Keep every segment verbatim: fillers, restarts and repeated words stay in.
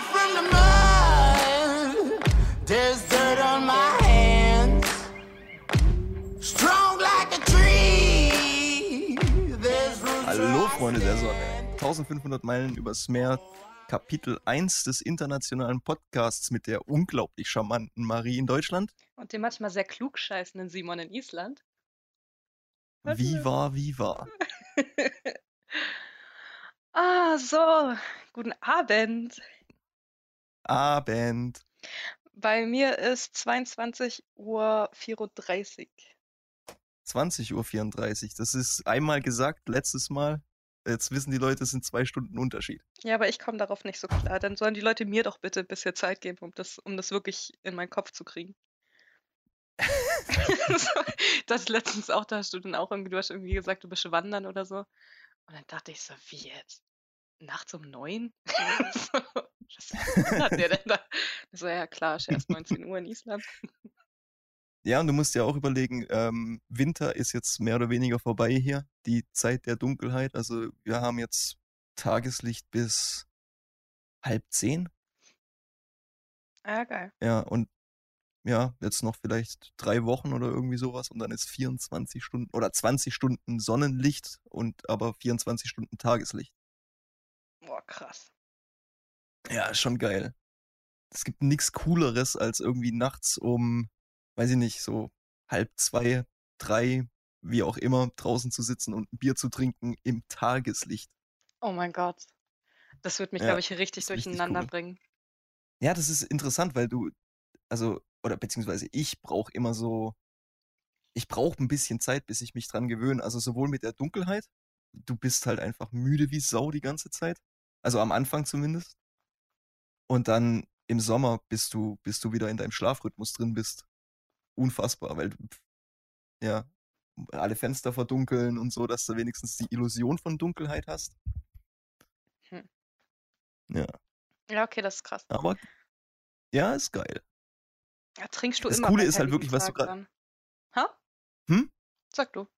from the mud. There's dirt on my hands. Strong like a tree. There's roots Hallo Freunde der Sonne. eintausendfünfhundert Meilen übers Meer. Kapitel eins des internationalen Podcasts mit der unglaublich charmanten Marie in Deutschland. Und dem manchmal sehr klugscheißenden Simon in Island. Hört Wie mal. war, wie war. Ah, so. Guten Abend. Abend. Bei mir ist zweiundzwanzig Uhr vierunddreißig. zwanzig Uhr vierunddreißig. Das ist einmal gesagt, letztes Mal. Jetzt wissen die Leute, es sind zwei Stunden Unterschied. Ja, aber ich komme darauf nicht so klar. Dann sollen die Leute mir doch bitte ein bisschen Zeit geben, um das, um das wirklich in meinen Kopf zu kriegen. So, das letztens auch, da hast du dann auch irgendwie, du hast irgendwie gesagt, du bist wandern oder so. Und dann dachte ich so, wie jetzt? Nachts um neun? So, was hat der denn da? So, ja klar, ist erst neunzehn Uhr in Island. Ja, und du musst ja auch überlegen, ähm, Winter ist jetzt mehr oder weniger vorbei hier. Die Zeit der Dunkelheit. Also wir haben jetzt Tageslicht bis halb zehn. Ah, geil. Ja, und ja, jetzt noch vielleicht drei Wochen oder irgendwie sowas und dann ist vierundzwanzig Stunden oder zwanzig Stunden Sonnenlicht und aber vierundzwanzig Stunden Tageslicht. Boah, krass. Ja, ist schon geil. Es gibt nichts Cooleres, als irgendwie nachts um, weiß ich nicht, so halb zwei, drei, wie auch immer, draußen zu sitzen und ein Bier zu trinken im Tageslicht. Oh mein Gott. Das wird mich, Ja, glaube ich, richtig ist richtig durcheinander cool. bringen. Ja, das ist interessant, weil du, also, oder beziehungsweise ich brauche immer so, ich brauche ein bisschen Zeit, bis ich mich dran gewöhne. Also sowohl mit der Dunkelheit, du bist halt einfach müde wie Sau die ganze Zeit. Also am Anfang zumindest. Und dann im Sommer, bis du, bis du wieder in deinem Schlafrhythmus drin bist. Unfassbar, weil du, ja, alle Fenster verdunkeln und so, dass du wenigstens die Illusion von Dunkelheit hast. Hm. Ja, Ja, okay, das ist krass. aber ja, ist geil. Ja, trinkst du Das immer Coole bei ist halt helligem wirklich, was du Tag gerade. dann? Ha? Hm? Sag du.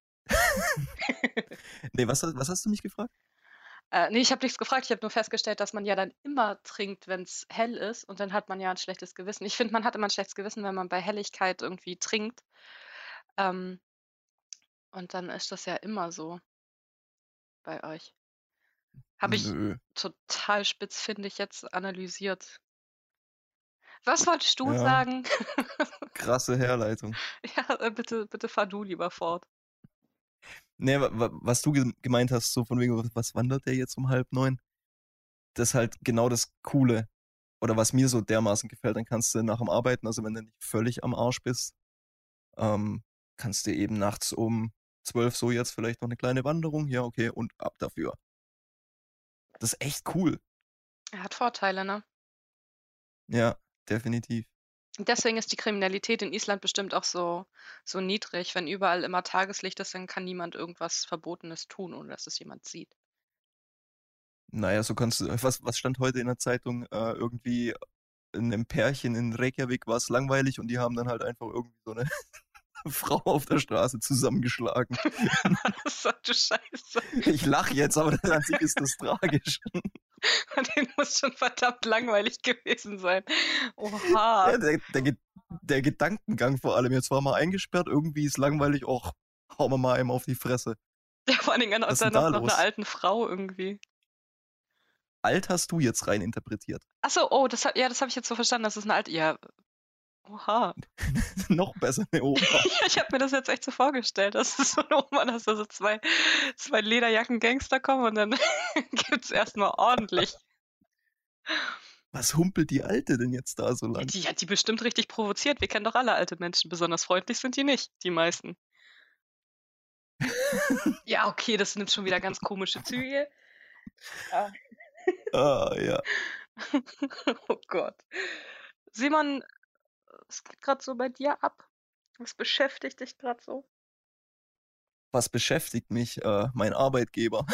Nee, was, was hast du mich gefragt? Äh, nee, ich habe nichts gefragt. Ich habe nur festgestellt, dass man ja dann immer trinkt, wenn es hell ist. Und dann hat man ja ein schlechtes Gewissen. Ich finde, man hat immer ein schlechtes Gewissen, wenn man bei Helligkeit irgendwie trinkt. Ähm, und dann ist das ja immer so bei euch. Habe ich Nö. total spitzfindig jetzt analysiert. Was wolltest du Ja, sagen? krasse Herleitung. Ja, äh, bitte, bitte fahr du lieber fort. Nee, wa- wa- was du ge- gemeint hast, so von wegen, was wandert der jetzt um halb neun? Das ist halt genau das Coole. Oder was mir so dermaßen gefällt, dann kannst du nach dem Arbeiten, also wenn du nicht völlig am Arsch bist, ähm, kannst du eben nachts um zwölf so jetzt vielleicht noch eine kleine Wanderung, ja, okay, und ab dafür. Das ist echt cool. Er hat Vorteile, ne? Ja, definitiv. Deswegen ist die Kriminalität in Island bestimmt auch so, so niedrig. Wenn überall immer Tageslicht ist, dann kann niemand irgendwas Verbotenes tun, ohne dass es jemand sieht. Naja, so kannst du, was, was stand heute in der Zeitung? Äh, irgendwie in einem Pärchen in Reykjavik war es langweilig und die haben dann halt einfach irgendwie so eine Frau auf der Straße zusammengeschlagen. So, du Scheiße. Ich lache jetzt, aber an sich ist das tragisch. Den muss schon verdammt langweilig gewesen sein. Oha. Ja, der, der, Ge- der Gedankengang vor allem. Jetzt war mal eingesperrt, irgendwie ist langweilig, och, hauen wir mal einem auf die Fresse. Ja, vor allen Dingen Was dann ist denn noch, da noch los? einer alten Frau irgendwie. Alt hast du jetzt rein interpretiert. Achso, oh, das hat, ja, das habe ich jetzt so verstanden, das ist eine alte. Ja, oha. Noch besser eine Oma. Ja, ich habe mir das jetzt echt so vorgestellt, dass es so eine Oma, dass da so zwei, zwei Lederjacken-Gangster kommen und dann gibt's erstmal ordentlich. Was humpelt die Alte denn jetzt da so Ja, lang? die hat die bestimmt richtig provoziert. Wir kennen doch alle alte Menschen. Besonders freundlich sind die nicht, die meisten. Ja, okay, das nimmt schon wieder ganz komische Züge. Ja. Ah, ja. Oh Gott. Simon, was geht gerade so bei dir ab? Was beschäftigt dich gerade so? Was beschäftigt mich? Äh, mein Arbeitgeber.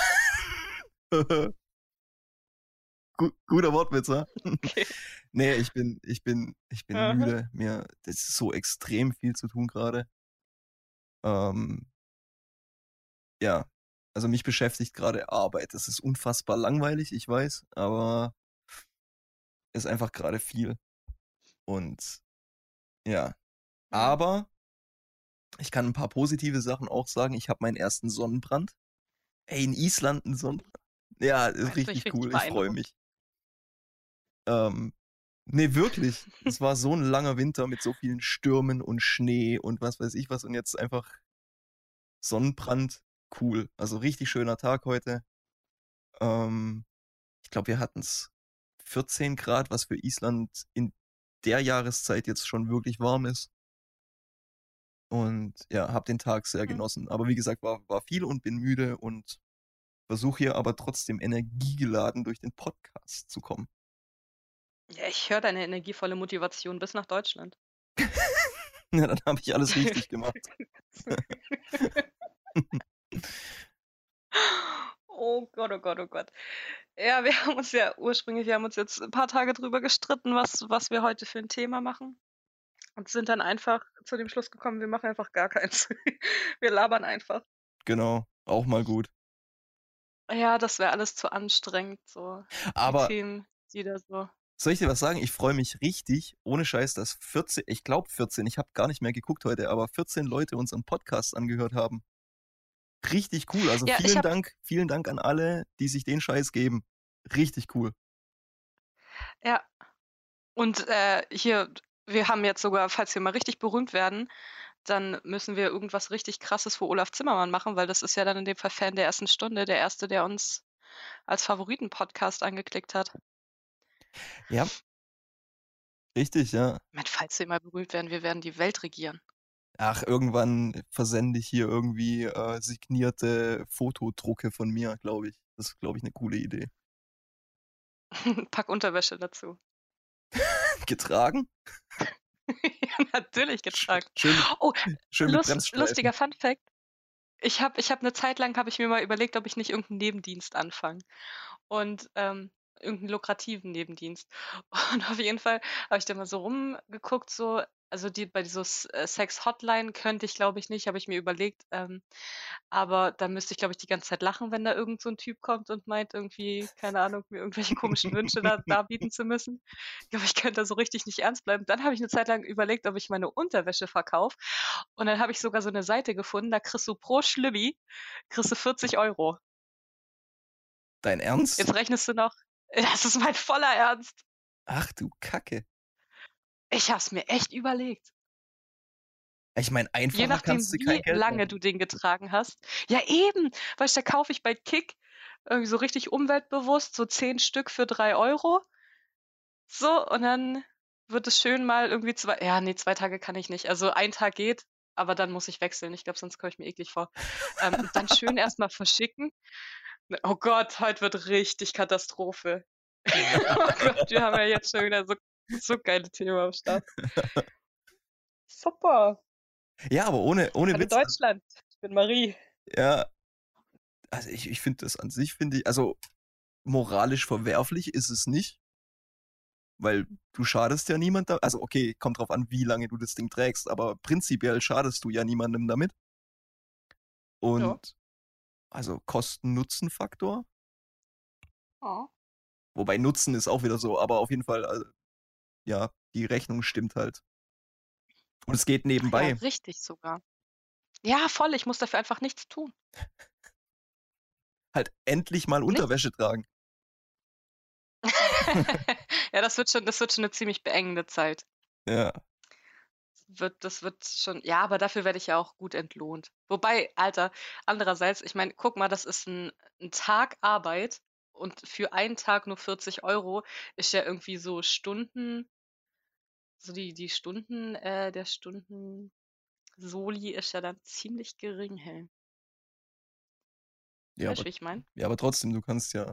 Gu- Guter Wortwitz, ne? Okay. Nee, ich bin, ich bin, ich bin Aha. müde. Mir, das ist so extrem viel zu tun gerade. Ähm, ja, also mich beschäftigt gerade Arbeit. Das ist unfassbar langweilig, ich weiß, aber ist einfach gerade viel. Und ja, Mhm. aber ich kann ein paar positive Sachen auch sagen. Ich habe meinen ersten Sonnenbrand. Ey, in Island ein Sonnenbrand. Ja, ist Das finde ich richtig richtig cool. Ich freue beeindruckend. mich. Ähm, nee, wirklich. Es war so ein langer Winter mit so vielen Stürmen und Schnee und was weiß ich was. Und jetzt einfach Sonnenbrand. Cool. Also richtig schöner Tag heute. Ähm, ich glaube, wir hatten es vierzehn Grad, was für Island in der Jahreszeit jetzt schon wirklich warm ist. Und ja, habe den Tag sehr Mhm. genossen. Aber wie gesagt, war, war viel und bin müde und versuche hier aber trotzdem energiegeladen durch den Podcast zu kommen. Ja, ich höre deine energievolle Motivation bis nach Deutschland. Ja, dann habe ich alles richtig gemacht. Oh Gott, oh Gott, oh Gott. Ja, wir haben uns ja ursprünglich, wir haben uns jetzt ein paar Tage drüber gestritten, was, was wir heute für ein Thema machen. Und sind dann einfach zu dem Schluss gekommen, wir machen einfach gar keins. Wir labern einfach. Genau, auch mal gut. Ja, das wäre alles zu anstrengend, so die Aber Themen, die da so. soll ich dir was sagen? Ich freue mich richtig, ohne Scheiß, dass vierzehn, ich glaube vierzehn, ich habe gar nicht mehr geguckt heute, aber vierzehn Leute unseren Podcast angehört haben. Richtig cool. Also Ja, ich vielen habe, Dank, vielen Dank an alle, die sich den Scheiß geben. Richtig cool. ja, und äh, hier, wir haben jetzt sogar, falls wir mal richtig berühmt werden, dann müssen wir irgendwas richtig Krasses für Olaf Zimmermann machen, weil das ist ja dann in dem Fall Fan der ersten Stunde, der erste, der uns als Favoriten-Podcast angeklickt hat. Ja, richtig, ja. Ich meine, falls wir mal berühmt werden, wir werden die Welt regieren. Ach, irgendwann versende ich hier irgendwie äh, signierte Fotodrucke von mir, glaube ich. Das ist, glaube ich, eine coole Idee. Pack Unterwäsche dazu. Getragen? Ja, natürlich Sch- getragen. Schön mit, Oh, schön mit lust, Bremsstreifen. lustiger Funfact. Ich habe ich hab eine Zeit lang, habe ich mir mal überlegt, ob ich nicht irgendeinen Nebendienst anfange. Und ähm, irgendeinen lukrativen Nebendienst. Und auf jeden Fall habe ich da mal so rumgeguckt, so, also die bei so S- äh, Sex-Hotline könnte ich, glaube ich, nicht, habe ich mir überlegt. Ähm, aber da müsste ich, glaube ich, die ganze Zeit lachen, wenn da irgend so ein Typ kommt und meint, irgendwie, keine Ahnung, mir irgendwelche komischen Wünsche da darbieten zu müssen. Ich glaube, ich könnte da so richtig nicht ernst bleiben. Dann habe ich eine Zeit lang überlegt, ob ich meine Unterwäsche verkaufe. Und dann habe ich sogar so eine Seite gefunden, da kriegst du pro Schlübbi, kriegst du vierzig Euro. Dein Ernst? Jetzt rechnest du noch. Das ist mein voller Ernst. Ach du Kacke. Ich habe es mir echt überlegt. Ich meine, Je einfacher nachdem, kannst du kein wie Geld lange machen. du den getragen hast. Ja, eben. Weißt du, da kaufe ich bei Kick irgendwie so richtig umweltbewusst, so zehn Stück für drei Euro. So, und dann wird es schön mal irgendwie zwei. Ja, nee, zwei Tage kann ich nicht. Also ein Tag geht, aber dann muss ich wechseln. Ich glaube, sonst komme ich mir eklig vor. Ähm, und dann schön erstmal verschicken. Oh Gott, heute wird richtig Katastrophe. Oh Gott, wir haben ja jetzt schon wieder so, so geile Themen am Start. Super. Ja, aber ohne, ohne Hallo Witz. Also, Deutschland. Ich bin Marie. ja, also ich, ich finde das an sich, finde ich, also moralisch verwerflich ist es nicht, weil du schadest ja niemand da. Also okay, kommt drauf an, wie lange du das Ding trägst, aber prinzipiell schadest du ja niemandem damit. Ja. Und also Kosten-Nutzen-Faktor. Oh. Wobei Nutzen ist auch wieder so, aber auf jeden Fall, also, ja, die Rechnung stimmt halt. Und es geht Ja, nebenbei. richtig sogar. Ja, voll. Ich muss dafür einfach nichts tun. Halt endlich mal Nichts. Unterwäsche tragen. Ja, das wird schon, das wird schon eine ziemlich beengende Zeit. Ja. Wird, das wird schon, ja, aber dafür werde ich ja auch gut entlohnt. Wobei, Alter, andererseits, ich meine, guck mal, das ist ein, ein Tag Arbeit und für einen Tag nur vierzig Euro ist ja irgendwie so Stunden, so die, die Stunden, äh, der Stunden Soli ist ja dann ziemlich gering, hey. Ja, Weißt aber, du, wie ich meine? ja, aber trotzdem, du kannst ja.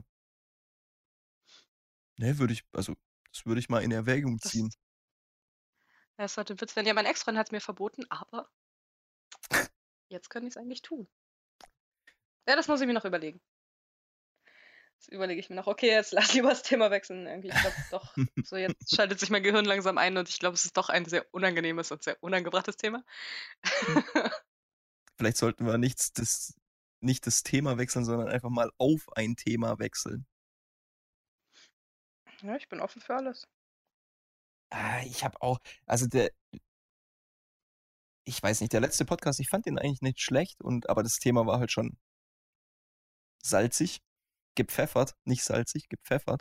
Ne, würde ich, also, das würde ich mal in Erwägung Das, ziehen. das sollte ein Witz werden. Ja, mein Ex-Freund hat es mir verboten, aber jetzt könnte ich es eigentlich tun. Ja, das muss ich mir noch überlegen. Das überlege ich mir noch. Okay, jetzt lass lieber das Thema wechseln. Irgendwie, ich glaube doch, so jetzt schaltet sich mein Gehirn langsam ein und ich glaube, es ist doch ein sehr unangenehmes und sehr unangebrachtes Thema. Vielleicht sollten wir nichts das, nicht das Thema wechseln, sondern einfach mal auf ein Thema wechseln. Ja, ich bin offen für alles. Ah, ich habe auch, also der, ich weiß nicht, der letzte Podcast, ich fand den eigentlich nicht schlecht, und aber das Thema war halt schon salzig, gepfeffert, nicht salzig, gepfeffert.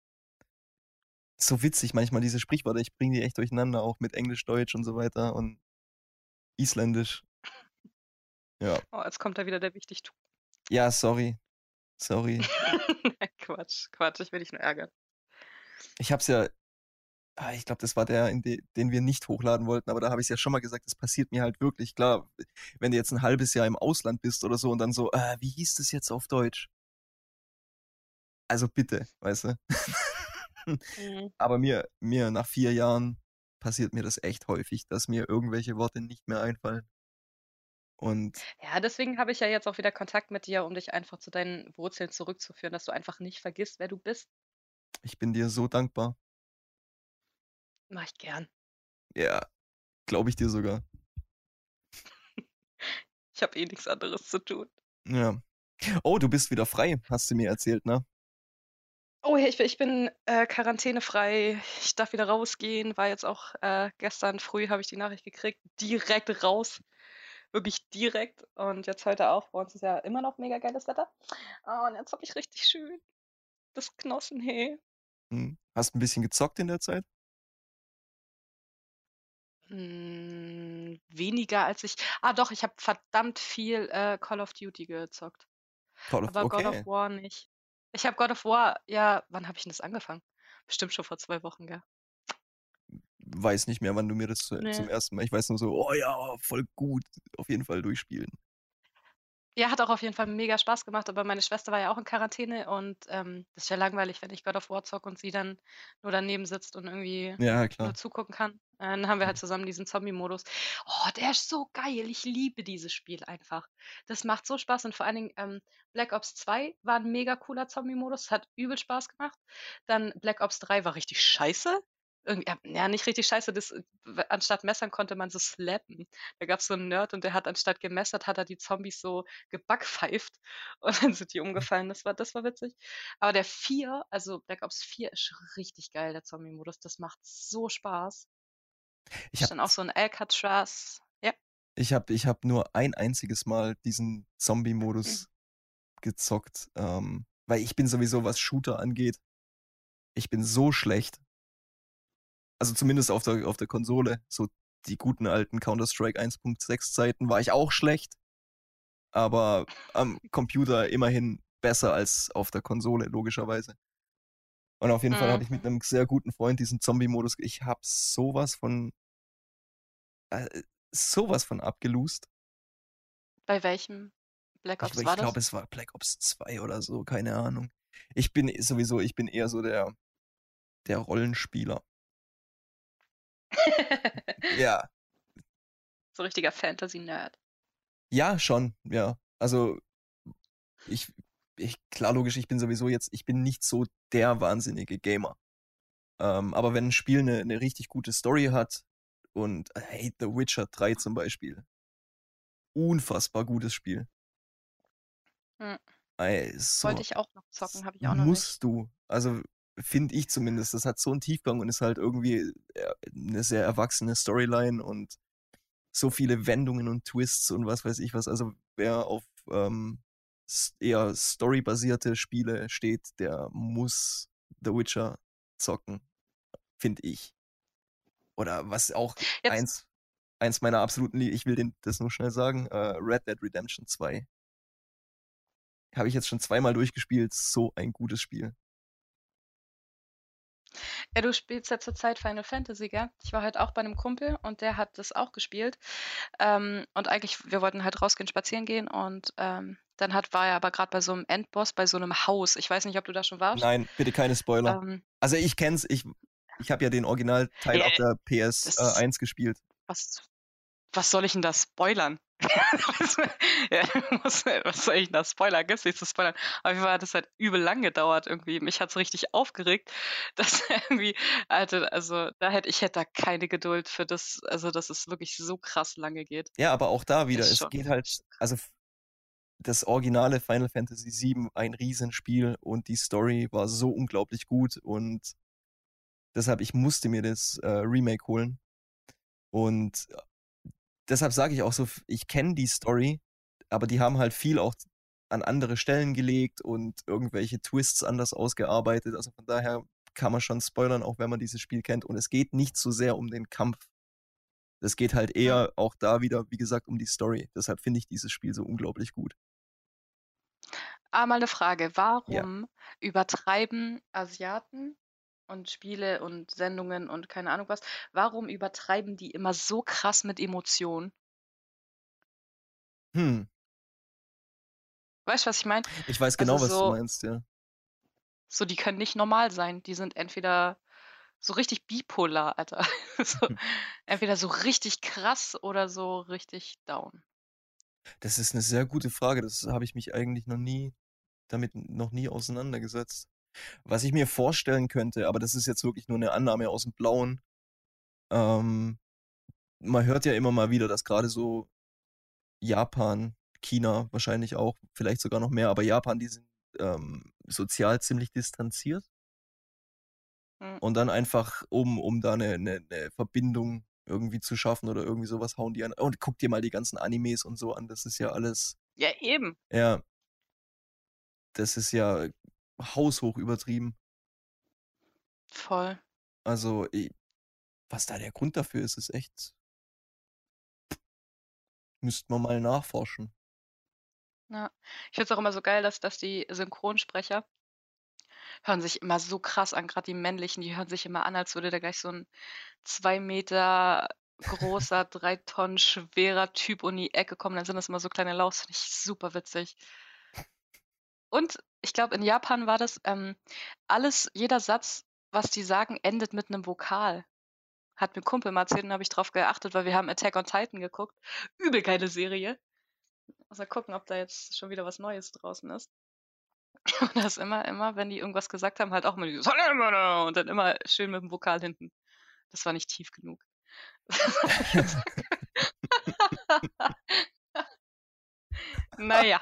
So witzig manchmal diese Sprichwörter, ich bringe die echt durcheinander, auch mit Englisch, Deutsch und so weiter und Isländisch. Ja, Oh, jetzt kommt da wieder der Wichtigtuch. ja, sorry, sorry. Nein, Quatsch, Quatsch, ich will dich nur ärgern. Ich hab's ja, ah, ich glaube, das war der, in de, den wir nicht hochladen wollten, aber da habe ich es ja schon mal gesagt, das passiert mir halt wirklich. Klar, wenn du jetzt ein halbes Jahr im Ausland bist oder so und dann so, äh, wie hieß das jetzt auf Deutsch? Also bitte, weißt du? Mhm. Aber mir, mir nach vier Jahren passiert mir das echt häufig, dass mir irgendwelche Worte nicht mehr einfallen. Und Ja, deswegen habe ich ja jetzt auch wieder Kontakt mit dir, um dich einfach zu deinen Wurzeln zurückzuführen, dass du einfach nicht vergisst, wer du bist. ich bin dir so dankbar. Mach ich gern. Ja, glaube ich dir sogar. Ich habe eh nichts anderes zu tun. Ja. Oh, du bist wieder frei, hast du mir erzählt, ne? Oh, ja, ich, bin- ich bin äh, quarantänefrei. Ich darf wieder rausgehen. War jetzt auch äh, gestern früh, habe ich die Nachricht gekriegt. Direkt raus. Wirklich direkt. Und jetzt heute auch. Bei uns ist ja immer noch mega geiles Wetter. Ah, und jetzt habe ich richtig schön das Knossen, hey. Hm. Hast ein bisschen gezockt in der Zeit? Hm, weniger als ich. Ah, doch, ich habe verdammt viel äh, Call of Duty gezockt. Call of, Aber God of okay. War nicht. Ich habe God of War, ja, wann habe ich denn das angefangen? Bestimmt schon vor zwei Wochen, gell? Weiß nicht mehr, wann du mir das zu- zum Nee. ersten Mal. Ich weiß nur so, oh ja, voll gut. Auf jeden Fall durchspielen. Ja, hat auch auf jeden Fall mega Spaß gemacht, aber meine Schwester war ja auch in Quarantäne und ähm, das ist ja langweilig, wenn ich God of War zocke und sie dann nur daneben sitzt und irgendwie Ja, nur klar. zugucken kann. Äh, Dann haben wir halt zusammen diesen Zombie-Modus. Oh, der ist so geil. Ich liebe dieses Spiel einfach. Das macht so Spaß und vor allen Dingen ähm, Black Ops zwei war ein mega cooler Zombie-Modus, hat übel Spaß gemacht. Dann Black Ops drei war richtig scheiße. Irgendwie, ja, ja, nicht richtig scheiße. Das, äh, anstatt Messern konnte man so slappen. Da gab es so einen Nerd und der hat anstatt gemessert, hat er die Zombies so gebackpfeift und dann sind die umgefallen. Das war, das war witzig. Aber der vier, also Black Ops vier ist richtig geil, der Zombie-Modus. Das macht so Spaß. Ich Ist habe dann auch so ein Alcatraz. Ja. ich hab, ich hab nur ein einziges Mal diesen Zombie-Modus gezockt. Ähm, weil ich bin sowieso, was Shooter angeht, ich bin so schlecht. Also zumindest auf der, auf der Konsole. So die guten alten Counter-Strike eins Punkt sechs Zeiten war ich auch schlecht. Aber am Computer immerhin besser als auf der Konsole, logischerweise. Und auf jeden Fall habe Mhm. ich mit einem sehr guten Freund diesen Zombie-Modus. Ich habe sowas von, äh, sowas von abgelust. Bei welchem Black Ich, Ops ich war das? glaube, es war Black Ops zwei oder so, keine Ahnung. Ich bin sowieso, ich bin eher so der, der Rollenspieler. Ja, So richtiger Fantasy-Nerd. ja, schon, ja. Also ich, ich, klar, logisch, ich bin sowieso jetzt, ich bin nicht so der wahnsinnige Gamer. Ähm, aber wenn ein Spiel eine, eine richtig gute Story hat und äh, hey, The Witcher drei zum Beispiel, unfassbar gutes Spiel. Hm. Ey, Wollte so ich auch noch zocken, habe ich auch noch nicht. musst du. Also finde ich zumindest, das hat so einen Tiefgang und ist halt irgendwie äh, eine sehr erwachsene Storyline und so viele Wendungen und Twists und was weiß ich was. Also wer auf ähm, s- eher storybasierte Spiele steht, der muss The Witcher zocken, finde ich. Oder was auch Jetzt, eins, eins meiner absoluten, Lie- ich will den, das nur schnell sagen, äh, Red Dead Redemption zwei. Habe ich jetzt schon zweimal durchgespielt, so ein gutes Spiel. ja, du spielst ja zurzeit Final Fantasy, gell? Ich war halt auch bei einem Kumpel und der hat das auch gespielt. Ähm, und eigentlich, wir wollten halt rausgehen, spazieren gehen und ähm, dann hat, war er aber gerade bei so einem Endboss, bei so einem Haus. Ich weiß nicht, ob du da schon warst. Nein, bitte keine Spoiler. Ähm, Also ich kenn's, ich, ich habe ja den Originalteil ja, auf der ps das, eins gespielt. was, was soll ich denn da spoilern? Ja, was, was soll ich denn da spoilern? Gibt's nichts zu spoilern. Auf jeden Fall hat es halt übel lang gedauert irgendwie. Mich hat's richtig aufgeregt, dass irgendwie, Alter, also da hätte ich hätte da keine Geduld für das, also dass es wirklich so krass lange geht. Ja, aber auch da wieder, Ist es schon geht halt, so also krass. das originale Final Fantasy sieben ein Riesenspiel und die Story war so unglaublich gut und deshalb, ich musste mir das äh, Remake holen. Und deshalb sage ich auch so, ich kenne die Story, aber die haben halt viel auch an andere Stellen gelegt und irgendwelche Twists anders ausgearbeitet. Also von daher kann man schon spoilern, auch wenn man dieses Spiel kennt. Und es geht nicht so sehr um den Kampf. Es geht halt Hm. eher auch da wieder, wie gesagt, um die Story. Deshalb finde ich dieses Spiel so unglaublich gut. Ah, mal eine Frage. Ja. Warum übertreiben Asiaten und Spiele und Sendungen und keine Ahnung was, warum übertreiben die immer so krass mit Emotionen? Hm. Weißt du, was ich meine? Ich weiß Also genau, was du so, meinst, ja. so, die können nicht normal sein. Die sind entweder so richtig bipolar, Alter. So, Hm. entweder so richtig krass oder so richtig down. Das ist eine sehr gute Frage. Das habe ich mich eigentlich noch nie, damit noch nie auseinandergesetzt. Was ich mir vorstellen könnte, aber das ist jetzt wirklich nur eine Annahme aus dem Blauen, ähm, man hört ja immer mal wieder, dass gerade so Japan, China wahrscheinlich auch, vielleicht sogar noch mehr, aber Japan, die sind ähm, sozial ziemlich distanziert Hm. und dann einfach, um, um da eine, eine, eine Verbindung irgendwie zu schaffen oder irgendwie sowas, hauen die an. Und guck dir mal die ganzen Animes und so an, das ist ja alles, Ja, eben. ja, das ist ja haushoch übertrieben. Voll. Also, ich, was da der Grund dafür ist, ist echt, müsste man mal nachforschen. Ja. Ich finde es auch immer so geil, dass, dass die Synchronsprecher hören sich immer so krass an, gerade die männlichen, die hören sich immer an, als würde da gleich so ein zwei Meter großer, drei Tonnen schwerer Typ um die Ecke kommen. Dann sind das immer so kleine Lauchs, finde ich super witzig. Und ich glaube, in Japan war das ähm, alles, jeder Satz, was die sagen, endet mit einem Vokal. Hat mir ein Kumpel mal erzählt und habe ich drauf geachtet, weil wir haben Attack on Titan geguckt. Übel geile Serie. Also mal gucken, ob da jetzt schon wieder was Neues draußen ist. Und das immer, immer, wenn die irgendwas gesagt haben, halt auch immer dieses und dann immer schön mit dem Vokal hinten. Das war nicht tief genug. Naja,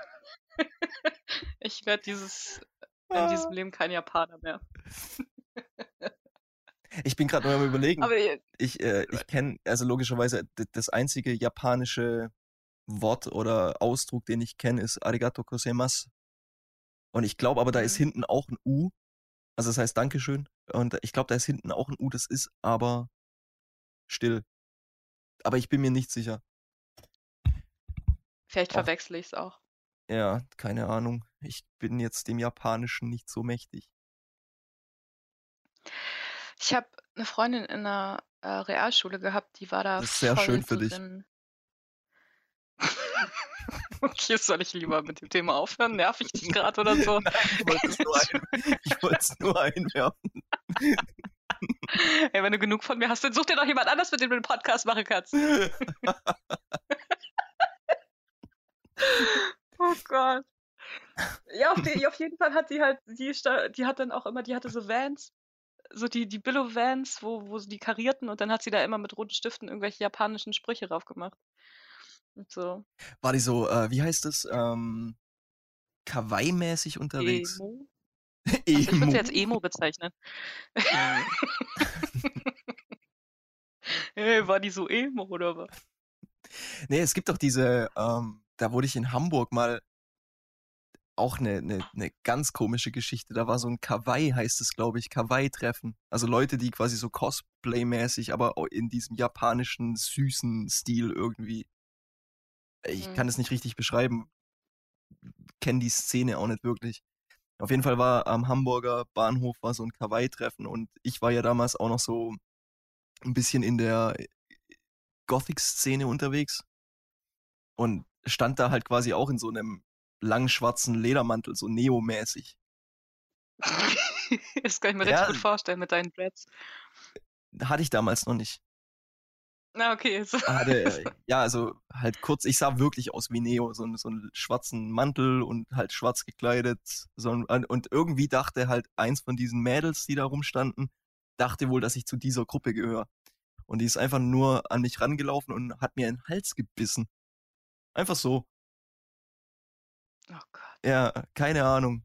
ich werde dieses in diesem Leben kein Japaner mehr. Ich bin gerade noch am Überlegen. Aber ihr- Ich, äh, ich kenne, also logischerweise, d- das einzige japanische Wort oder Ausdruck, den ich kenne, ist Arigato gozaimasu. Und ich glaube aber, da ist Mhm. hinten auch ein U. Also das heißt Dankeschön. Und ich glaube, da ist hinten auch ein U. Das ist aber still. Aber ich bin mir nicht sicher. Vielleicht Auch, verwechsel ich es auch. ja, keine Ahnung. Ich bin jetzt dem Japanischen nicht so mächtig. Ich habe eine Freundin in einer äh, Realschule gehabt, die war da Das ist sehr voll schön für dich. drin. Okay, soll ich lieber mit dem Thema aufhören? Nerv ich dich gerade oder so? Nein, ich wollte es nur, ein, ich wollte es nur einwerfen. Hey, wenn du genug von mir hast, dann such dir doch jemand anders, mit dem du einen Podcast machen kannst. Oh Gott. Ja, auf, die, auf jeden Fall hat sie halt, die, sta- die hat dann auch immer, die hatte so Vans, so die, die Billo-Vans, wo, wo sie die karierten und dann hat sie da immer mit roten Stiften irgendwelche japanischen Sprüche drauf gemacht. Und so. War die so, äh, wie heißt es, ähm, Kawaii-mäßig unterwegs? Emo? Achso, ich würde sie als Emo? Emo bezeichnen. Hey, war die so Emo oder was? Nee, es gibt doch diese, ähm, da wurde ich in Hamburg mal auch eine, eine, eine ganz komische Geschichte. Da war so ein Kawaii, heißt es, glaube ich, Kawaii-Treffen. Also Leute, die quasi so Cosplay-mäßig, aber auch in diesem japanischen, süßen Stil irgendwie. Ich kann Hm. es nicht richtig beschreiben. Kenne die Szene auch nicht wirklich. Auf jeden Fall war am Hamburger Bahnhof war so ein Kawaii-Treffen und ich war ja damals auch noch so ein bisschen in der Gothic-Szene unterwegs und stand da halt quasi auch in so einem langen schwarzen Ledermantel, so Neo-mäßig. Das kann ich mir Ja, richtig gut vorstellen mit deinen Dreads. hatte ich damals noch nicht. Na, okay. So. Hatte, äh, ja, also halt kurz, ich sah wirklich aus wie Neo, so, einen- so einen schwarzen Mantel und halt schwarz gekleidet. So, ein- und irgendwie dachte halt eins von diesen Mädels, die da rumstanden, dachte wohl, dass ich zu dieser Gruppe gehöre. Und die ist einfach nur an mich rangelaufen und hat mir in den Hals gebissen. Einfach so. Oh Gott. Ja, keine Ahnung.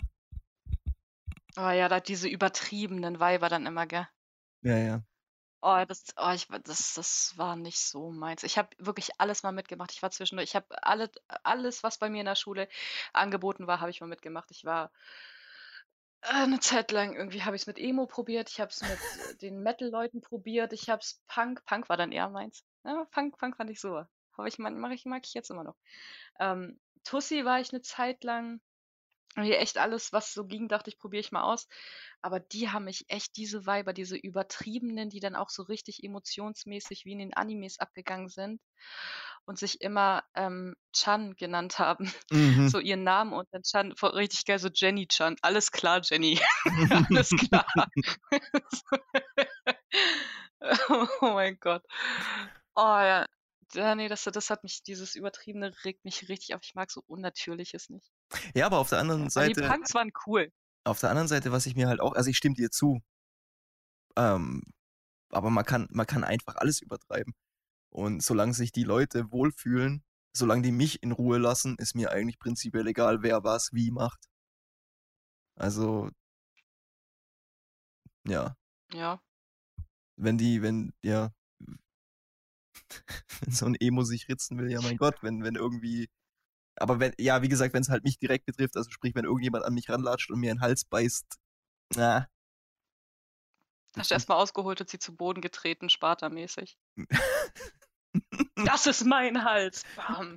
Oh ja, da diese übertriebenen Weiber dann immer, gell? Ja, ja. Oh, das oh, ich wa das das war nicht so meins. Ich habe wirklich alles mal mitgemacht. Ich war zwischendurch ich habe alle alles, was bei mir in der Schule angeboten war, habe ich mal mitgemacht. Ich war äh, 'ne Zeit lang irgendwie habe ich's mit Emo probiert, ich habe es mit, äh, den Metal-Leuten probiert, ich habe es Punk Punk war dann eher meins. Ja, Punk Punk fand ich super. Aber ich mein mache ich mag ich jetzt immer noch. Ähm, Tussi war ich 'ne Zeit lang. Irgendwie echt alles, was so ging, dachte ich, probiere ich mal aus. Aber die haben mich echt diese Weiber, diese Übertriebenen, die dann auch so richtig emotionsmäßig wie in den Animes abgegangen sind und sich immer, ähm, Chan genannt haben, Mhm. so ihren Namen und dann Chan voll richtig geil, so Jenny-Chan. Alles klar, Jenny. Alles klar. Oh mein Gott. Oh ja. Ja, ne, das das hat mich dieses Übertriebene regt mich richtig auf. Ich mag so Unnatürliches nicht. Ja, aber auf der Ja, anderen aber die Seite Punks waren cool. auf der anderen Seite, was ich mir halt auch also, ich stimme dir zu, ähm, aber man kann man kann einfach alles übertreiben. Und solange sich die Leute wohlfühlen, solange die mich in Ruhe lassen, ist mir eigentlich prinzipiell egal, wer was wie macht. Also, ja, Ja. wenn die wenn ja, wenn so 'n Emo sich ritzen will, ja mein Gott, wenn wenn irgendwie aber wenn ja, wie gesagt, wenn's halt mich direkt betrifft, also sprich, wenn irgendjemand an mich ranlatscht und mir in 'n Hals beißt, na, Hast ich du ich erst mal ausgeholt und sie zu Boden getreten, Sparta-mäßig. „Das ist mein Hals!“ Bam.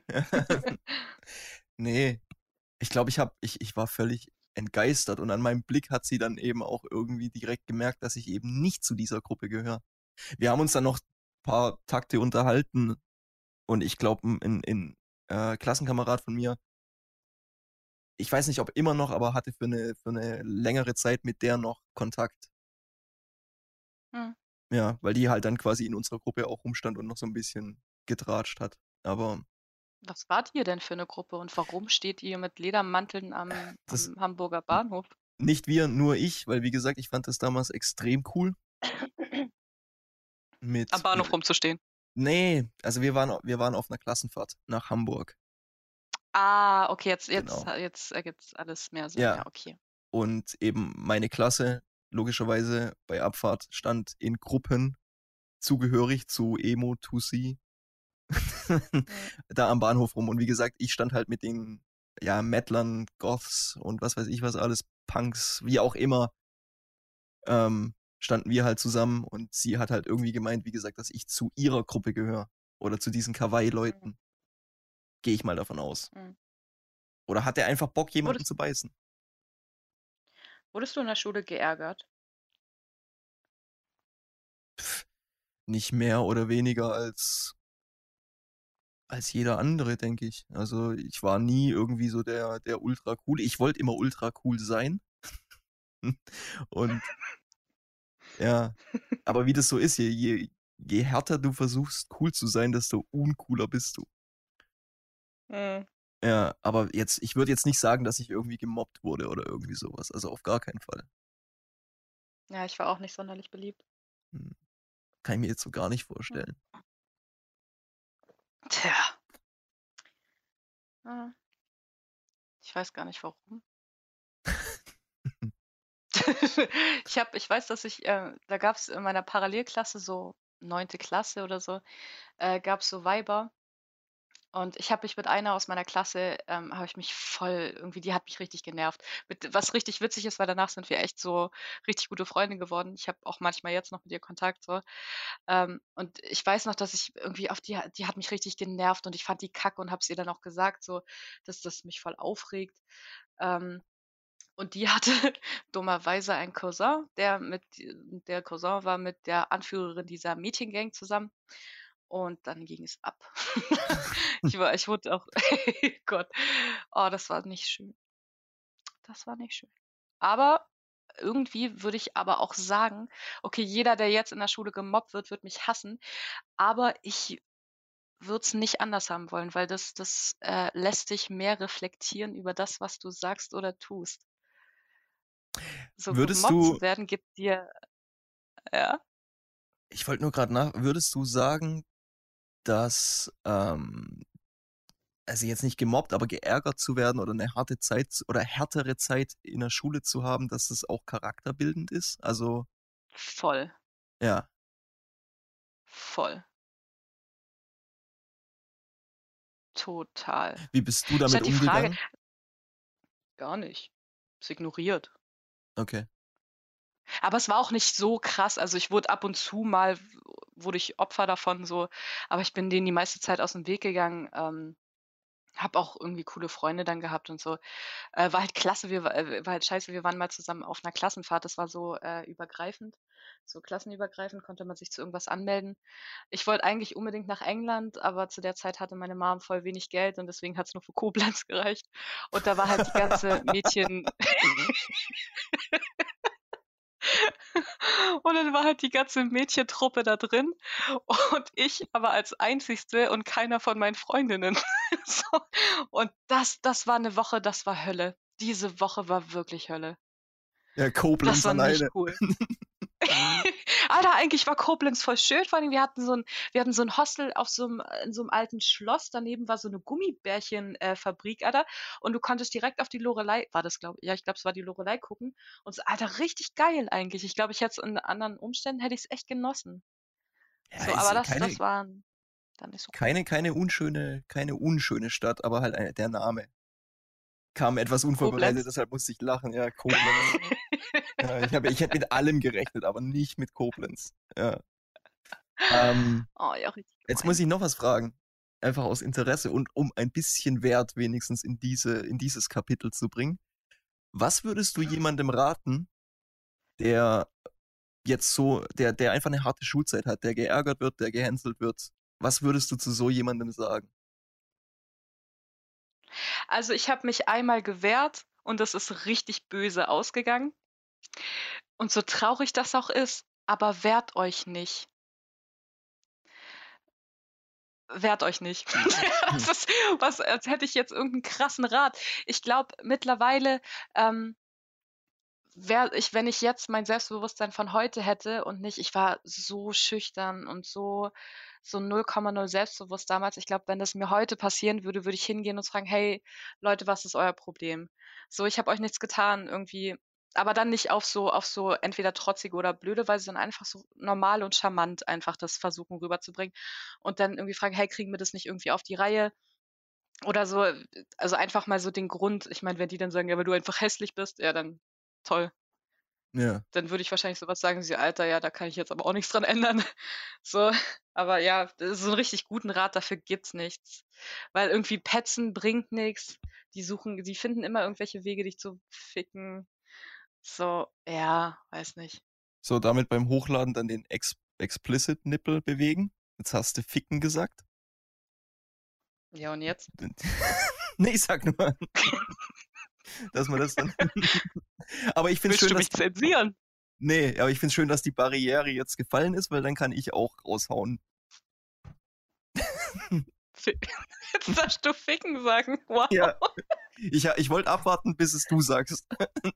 Ne, ich glaube, ich habe ich ich war völlig entgeistert und an meinem Blick hat sie dann eben auch irgendwie direkt gemerkt, dass ich eben nicht zu dieser Gruppe gehöre. Wir haben uns dann noch paar Takte unterhalten und ich glaube, 'n 'n 'n, äh, Klassenkamerad von mir ich weiß nicht, ob immer noch, aber hatte für 'ne für 'ne längere Zeit mit der noch Kontakt. Mhm. Ja, weil die halt dann quasi in unserer Gruppe auch rumstand und noch so 'n bisschen getratscht hat. Aber Was wart ihr denn für 'ne Gruppe und warum steht ihr mit Ledermanteln am das am Hamburger Bahnhof? nicht wir, nur ich, weil wie gesagt, ich fand das damals extrem cool Am mit Bahnhof wir rumzustehen. ne, also wir waren wir waren auf 'ner Klassenfahrt nach Hamburg. Ah, okay, jetzt jetzt Genau. ha jetzt ergibt's alles mehr Sinn. Ja, Ja, okay. und eben meine Klasse logischerweise bei Abfahrt stand in Gruppen zugehörig zu Emo, Tussi Mhm. da am Bahnhof rum. Und wie gesagt, ich stand halt mit den, ja, Metlern, Goths und was weiß ich was alles, Punks, wie auch immer ähm, standen wir halt zusammen und sie hat halt irgendwie gemeint, wie gesagt, dass ich zu ihrer Gruppe gehöre oder zu diesen Mhm. Kawaii-Leuten. Gehe ich mal davon aus. Mhm. Oder hat der einfach Bock, jemanden Wurdest zu beißen? wurdest du in der Schule geärgert? Pff, nicht mehr oder weniger als als jeder andere, denke ich. Also, ich war nie irgendwie so der der ultra coole. Ich wollte immer ultra cool sein. Und ja, aber wie das so ist, je je je härter du versuchst, cool zu sein, desto uncooler bist du. Mhm. Ja, aber jetzt ich würde jetzt nicht sagen, dass ich irgendwie gemobbt wurde oder irgendwie so was. Also, auf gar keinen Fall. Ja, ich war auch nicht sonderlich beliebt. Hm, kann ich mir jetzt so gar nicht Mhm. vorstellen. Tja. Ah. Ich weiß gar nicht warum. Ich habe ich weiß, dass ich, äh da gab's in meiner Parallelklasse so neunte Klasse oder so, äh, gab's so Weiber und ich habe mich mit einer aus meiner Klasse ähm, habe ich mich voll irgendwie die hat mich richtig genervt. Mit was richtig witzig ist, weil danach sind wir echt so richtig gute Freunde geworden. Ich habe auch manchmal jetzt noch mit ihr Kontakt so. Ähm, und ich weiß noch, dass ich irgendwie auf die die hat mich richtig genervt und ich fand die kacke und habe es ihr dann auch gesagt, so, dass das mich voll aufregt. Ähm, und die hatte dummerweise einen Cousin, der mit der Cousin war mit der Anführerin dieser Mädchengang zusammen und dann ging es ab. Ich war ich wurde auch Gott, oh, das war nicht schön. Das war nicht schön. Aber irgendwie würde ich aber auch sagen, okay, jeder, der jetzt in der Schule gemobbt wird, wird mich hassen, aber ich würde es nicht anders haben wollen, weil das das, äh, lässt dich mehr reflektieren über das, was du sagst oder tust. So Würdest gemobbt du zu werden gibt dir ja? ich wollte nur grad nach würdest du sagen, dass, ähm also jetzt nicht gemobbt, aber geärgert zu werden oder eine harte Zeit zu- oder härtere Zeit in der Schule zu haben, dass das auch charakterbildend ist? Also, Voll, ja. voll, total. Wie bist du Ist damit halt die Frage, umgegangen? gar nicht. Ist ignoriert. Okay. Aber es war auch nicht so krass. Also ich wurde ab und zu mal, w- wurde ich Opfer davon so, aber ich bin denen die meiste Zeit aus dem Weg gegangen. Ähm, habe auch irgendwie coole Freunde dann gehabt und so. Äh, war halt klasse, wir, wa- äh, war halt scheiße, wir waren mal zusammen auf einer Klassenfahrt, das war so äh, übergreifend, so klassenübergreifend, konnte man sich zu irgendwas anmelden. Ich wollte eigentlich unbedingt nach England, aber zu der Zeit hatte meine Mom voll wenig Geld und deswegen hat es nur für Koblenz gereicht. Und da war halt die ganze Mädchen, und dann war halt die ganze Mädchentruppe da drin und ich aber als Einzigste und keiner von meinen Freundinnen. So. Und das, das war eine Woche, das war Hölle. Diese Woche war wirklich Hölle. Ja, Das Koblenz war nicht alleine. cool. Alter, eigentlich war Koblenz voll schön. Vor allem, wir hatten so ein, wir hatten so ein Hostel auf so einem, in so einem alten Schloss. Daneben war so eine Gummibärchenfabrik, Alter. Und du konntest direkt auf die Loreley, war das, glaube ich, ja, ich glaube, es war die Loreley gucken. Und so, Alter, richtig geil eigentlich. Ich glaube, ich hätte es in anderen Umständen, hätte ich es echt genossen. Ja, So, ist aber ja das, keine, das war dann nicht so cool. keine, keine unschöne, keine unschöne Stadt, aber halt eine, der Name kam etwas unvorbereitet, Koblenz. deshalb musste ich lachen. Ja, Koblenz. Ja, ich habe, ich hätte mit allem gerechnet, aber nicht mit Koblenz. Ja. Ähm, Oh ja, richtig jetzt muss gemein. ich noch was fragen. Einfach aus Interesse und um ein bisschen Wert wenigstens in diese, in dieses Kapitel zu bringen. Was würdest du jemandem raten, der jetzt so, der, der einfach eine harte Schulzeit hat, der geärgert wird, der gehänselt wird? Was würdest du zu so jemandem sagen? Also ich habe mich einmal gewehrt und das ist richtig böse ausgegangen. Und so traurig das auch ist, aber wehrt euch nicht. Wehrt euch nicht. Das ist was, als hätte ich jetzt irgendeinen krassen Rat. Ich glaube mittlerweile, ähm, wär ich, wenn ich jetzt mein Selbstbewusstsein von heute hätte und nicht, ich war so schüchtern und so, so null Komma null selbstbewusst damals. Ich glaube, wenn das mir heute passieren würde, würde ich hingehen und fragen, hey, Leute, was ist euer Problem? So, ich habe euch nichts getan, irgendwie. Aber dann nicht auf so, auf so entweder trotzige oder blöde Weise, sondern einfach so normal und charmant einfach das versuchen rüberzubringen. Und dann irgendwie fragen, hey, kriegen wir das nicht irgendwie auf die Reihe? Oder so, also einfach mal so den Grund. Ich meine, wenn die dann sagen, ja, weil du einfach hässlich bist, ja, dann toll. Ja. Dann würde ich wahrscheinlich sowas sagen wie: „Alter, ja, da kann ich jetzt aber auch nichts dran ändern." So, aber ja, so einen richtig guten Rat dafür gibt's nichts. Weil irgendwie petzen bringt nichts. Die suchen die finden immer irgendwelche Wege, dich zu ficken. So, ja, weiß nicht. So, damit beim Hochladen dann den Ex Explicit Nippel bewegen. Jetzt hast du Ficken gesagt. Ja, und jetzt? Nee, ich sag nur, dass man das dann. Aber ich finde es Willst schön, du dass. mich zensieren? Nee, aber ich finde es schön, dass die Barriere jetzt gefallen ist, weil dann kann ich auch raushauen. Fi Jetzt darfst du ficken sagen. Wow. Ja, ich, ich wollte abwarten, bis es du sagst.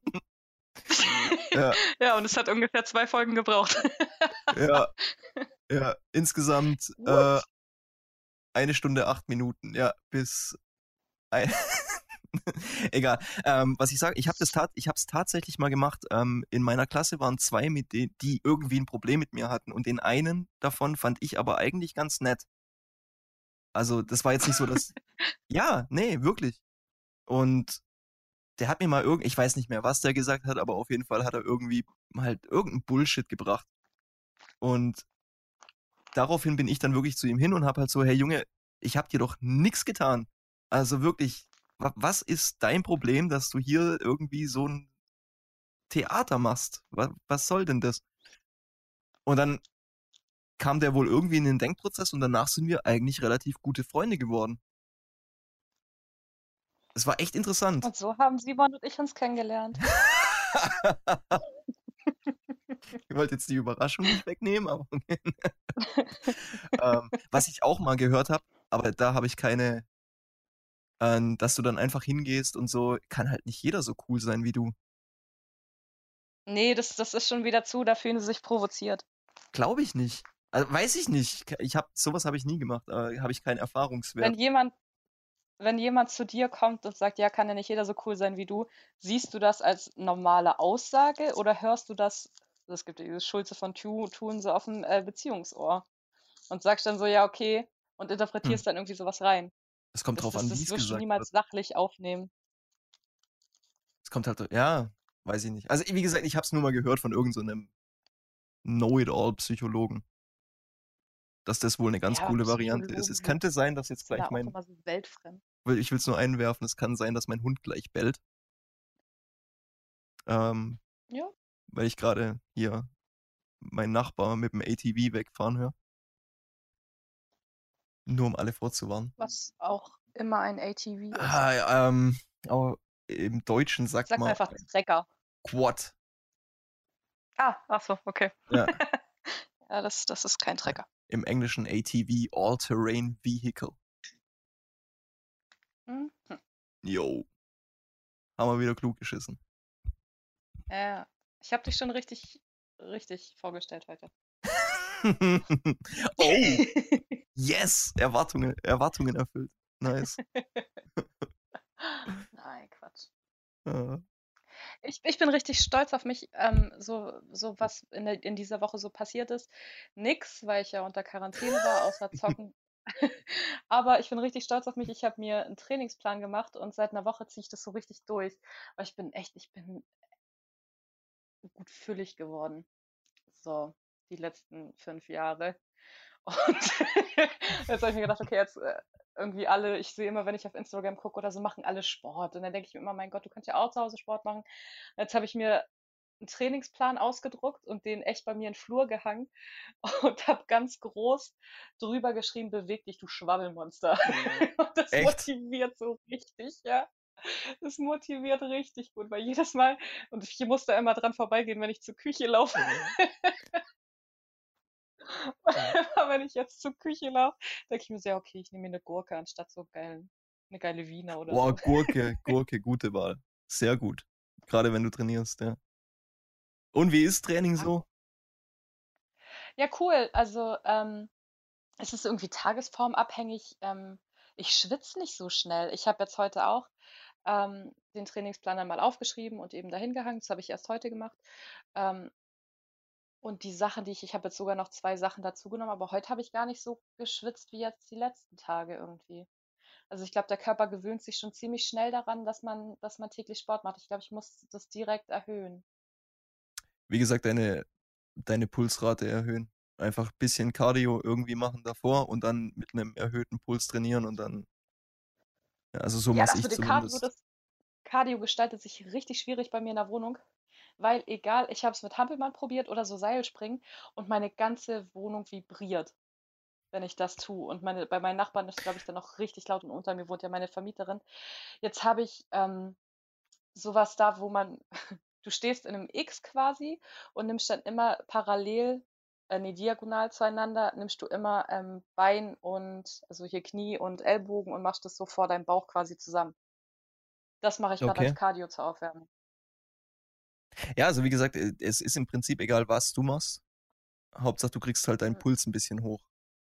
Ja, Ja, und es hat ungefähr zwei Folgen gebraucht. ja, ja. Insgesamt äh, What? eine Stunde, acht Minuten. Ja, bis. Ein Egal. Ähm, was ich sage, ich habe das tat, ich habe es tatsächlich mal gemacht. Ähm, in meiner Klasse waren zwei, mit denen, die irgendwie ein Problem mit mir hatten. Und den einen davon fand ich aber eigentlich ganz nett. Also, das war jetzt nicht so, dass. Ja, nee, wirklich. Und der hat mir mal irgend, ich weiß nicht mehr, was der gesagt hat, aber auf jeden Fall hat er irgendwie halt irgendeinen Bullshit gebracht. Und daraufhin bin ich dann wirklich zu ihm hin und habe halt so, hey Junge, ich habe dir doch nichts getan. Also wirklich, wa- was ist dein Problem, dass du hier irgendwie so ein Theater machst? Was, was soll denn das? Und dann kam der wohl irgendwie in den Denkprozess und danach sind wir eigentlich relativ gute Freunde geworden. Es war echt interessant. Und so haben Simon und ich uns kennengelernt. Ich wollte jetzt die Überraschung nicht wegnehmen, aber ähm, was ich auch mal gehört habe, aber da habe ich keine, äh, dass du dann einfach hingehst und so, kann halt nicht jeder so cool sein wie du. Nee, das, das ist schon wieder zu, da fühlen sie sich provoziert. Glaube ich nicht. Also weiß ich nicht. Ich habe sowas habe ich nie gemacht, aber habe ich keinen Wenn Erfahrungswert. jemand wenn jemand zu dir kommt und sagt, ja, kann ja nicht jeder so cool sein wie du, siehst du das als normale Aussage oder hörst du das, es gibt ja dieses Schulze von Tu- Thun so auf dem äh, Beziehungsohr und sagst dann so, ja, okay, und Hm. interpretierst dann irgendwie sowas rein. Es kommt Das, drauf das, an, wie das es wirst du gesagt wird. niemals sachlich aufnehmen. Es kommt halt, ja, weiß ich nicht. Also, wie gesagt, ich habe es nur mal gehört von irgend so einem Know-it-all-Psychologen, dass das wohl eine ganz Ja, aber coole Variante ist. Psychologen Es sind, könnte sein, dass jetzt sind gleich da auch mein, immer so weltfremd. weil ich will es nur einwerfen, es kann sein, dass mein Hund gleich bellt, ähm, Ja, weil ich gerade hier meinen Nachbar mit dem A T V wegfahren höre, nur um alle vorzuwarnen. was auch immer ein A T V ist. Ah, ähm, aber im Deutschen sagt Sag mal man einfach Trecker. Quad. Ah, ach so, okay. Ja, Ja, das, das ist kein Trecker. im Englischen A T V, All-Terrain Vehicle. Hm? Hm. Jo, haben wir wieder klug geschissen. Ja, ich habe dich schon richtig, richtig vorgestellt heute. Oh, yes! Erwartungen, Erwartungen erfüllt. Nice. Nein, Quatsch. Äh, Ich, ich bin richtig stolz auf mich, ähm, so, so was in, der, in dieser Woche so passiert ist. Nix, weil ich ja unter Quarantäne war, außer zocken. Aber ich bin richtig stolz auf mich. Ich habe mir einen Trainingsplan gemacht und seit einer Woche ziehe ich das so richtig durch. Weil ich bin echt, ich bin gut füllig geworden. So, die letzten fünf Jahre. Und jetzt habe ich mir gedacht, okay, jetzt äh, irgendwie alle, ich sehe immer, wenn ich auf Instagram gucke oder so, machen alle Sport. Und dann denke ich mir immer, mein Gott, du kannst ja auch zu Hause Sport machen. Jetzt habe ich mir einen Trainingsplan ausgedruckt und den echt bei mir in den Flur gehangen und habe ganz groß drüber geschrieben, beweg dich, du Schwabbelmonster. Und das echt? motiviert so richtig, ja. Das motiviert richtig gut, weil jedes Mal, und ich muss da immer dran vorbeigehen, wenn ich zur Küche laufe. Immer wenn ich jetzt zur Küche laufe, denke ich mir so, ja, okay, ich nehme mir eine Gurke anstatt so geilen, eine geile Wiener oder Boah, so. Gurke, Gurke, gute Wahl. Sehr gut. Gerade wenn du trainierst, ja. Und wie ist Training Ja, so? ja, cool. Also, ähm, es ist irgendwie tagesformabhängig. Ähm, ich schwitze nicht so schnell. Ich habe jetzt heute auch ähm, den Trainingsplan einmal aufgeschrieben und eben dahin gehangen. Das habe ich erst heute gemacht. Ähm, und die Sachen, die ich, ich habe jetzt sogar noch zwei Sachen dazugenommen, aber heute habe ich gar nicht so geschwitzt wie jetzt die letzten Tage irgendwie. Also ich glaube, der Körper gewöhnt sich schon ziemlich schnell daran, dass man, dass man täglich Sport macht. Ich glaube, ich muss das direkt erhöhen. Wie gesagt, deine, deine Pulsrate erhöhen. Einfach ein bisschen Cardio irgendwie machen davor und dann mit einem erhöhten Puls trainieren und dann, ja, also so Ja, mache das ich mit dem Cardio, zumindest. das Cardio gestaltet sich richtig schwierig bei mir in der Wohnung, weil egal, ich habe es mit Hampelmann probiert oder so Seilspringen und meine ganze Wohnung vibriert, wenn ich das tue. Und meine, bei meinen Nachbarn ist, glaube ich, dann auch richtig laut und unter mir wohnt ja meine Vermieterin. Jetzt habe ich ähm, sowas da, wo man, du stehst in einem X quasi und nimmst dann immer parallel, äh, nee, diagonal zueinander, nimmst du immer ähm, Bein und, also hier Knie und Ellbogen und machst das so vor deinem Bauch quasi zusammen. Das mache ich gerade als Okay. Cardio zur Aufwärmung. Ja, also wie gesagt, äh, es ist im Prinzip egal, was du machst. Hauptsache, du kriegst halt deinen Hm, Puls ein bisschen hoch.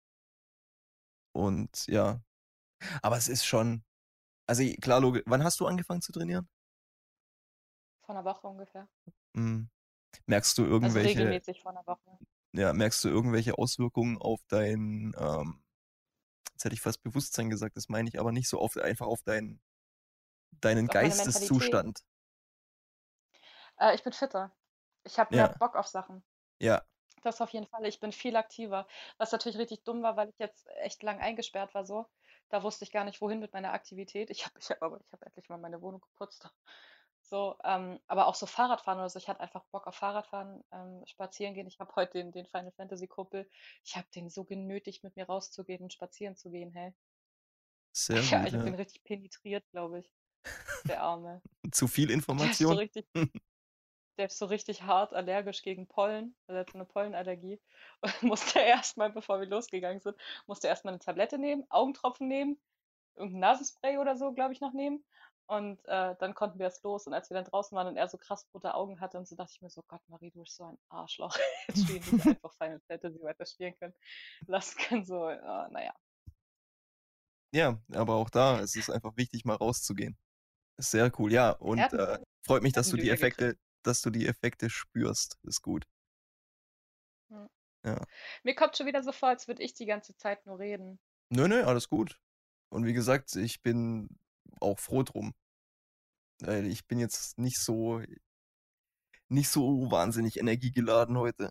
Und ja, aber es ist schon, also klar, logisch. Wann hast du angefangen zu trainieren? Vor einer Woche ungefähr. Hm. Merkst du Also irgendwelche, regelmäßig vor einer Woche. ja, merkst du irgendwelche Auswirkungen auf dein, ähm, jetzt hätte ich fast Bewusstsein gesagt, das meine ich aber nicht so oft, einfach auf dein, deinen Auf meine Mentalität. Geisteszustand. Äh, ich bin fitter. Ich habe mehr Ja, Bock auf Sachen. ja, Das auf jeden Fall. Ich bin viel aktiver. Was natürlich richtig dumm war, weil ich jetzt echt lang eingesperrt war so. Da wusste ich gar nicht, wohin mit meiner Aktivität. Ich habe ich hab aber ich habe endlich mal meine Wohnung geputzt. So, ähm, aber auch so Fahrradfahren oder so. Ich hatte einfach Bock auf Fahrradfahren, ähm, spazieren gehen. Ich habe heute den, den Final Fantasy Kumpel, ich habe den so genötigt, mit mir rauszugehen und spazieren zu gehen, hey. sehr Ja, gut, ich habe ja. den richtig penetriert, glaube ich. Der Arme. Zu viel Der ist so Information? richtig Der ist so richtig hart allergisch gegen Pollen. Also er hat so eine Pollenallergie. Und musste erstmal, bevor wir losgegangen sind, musste erstmal eine Tablette nehmen, Augentropfen nehmen, irgendein Nasenspray oder so, glaube ich, noch nehmen. Und äh, dann konnten wir erst los. Und als wir dann draußen waren und er so krass rote Augen hatte und so, dachte ich mir so, Gott, Marie, du bist so ein Arschloch. Jetzt wir nicht einfach Final Fantasy weiter spielen können. Lassen können so, äh, naja. Ja, aber auch da ist es einfach wichtig, mal rauszugehen. Ist sehr cool, ja. Er Und hat äh, 'n freut mich, er hat dass 'n du die Döner gekriegt. Effekte, dass du die Effekte spürst. Ist gut. Ja. Ja. Mir kommt schon wieder so vor, als würde ich die ganze Zeit nur reden. Nö, nö, alles gut. Und wie gesagt, ich bin auch froh drum. Weil ich bin jetzt nicht so nicht so wahnsinnig energiegeladen heute.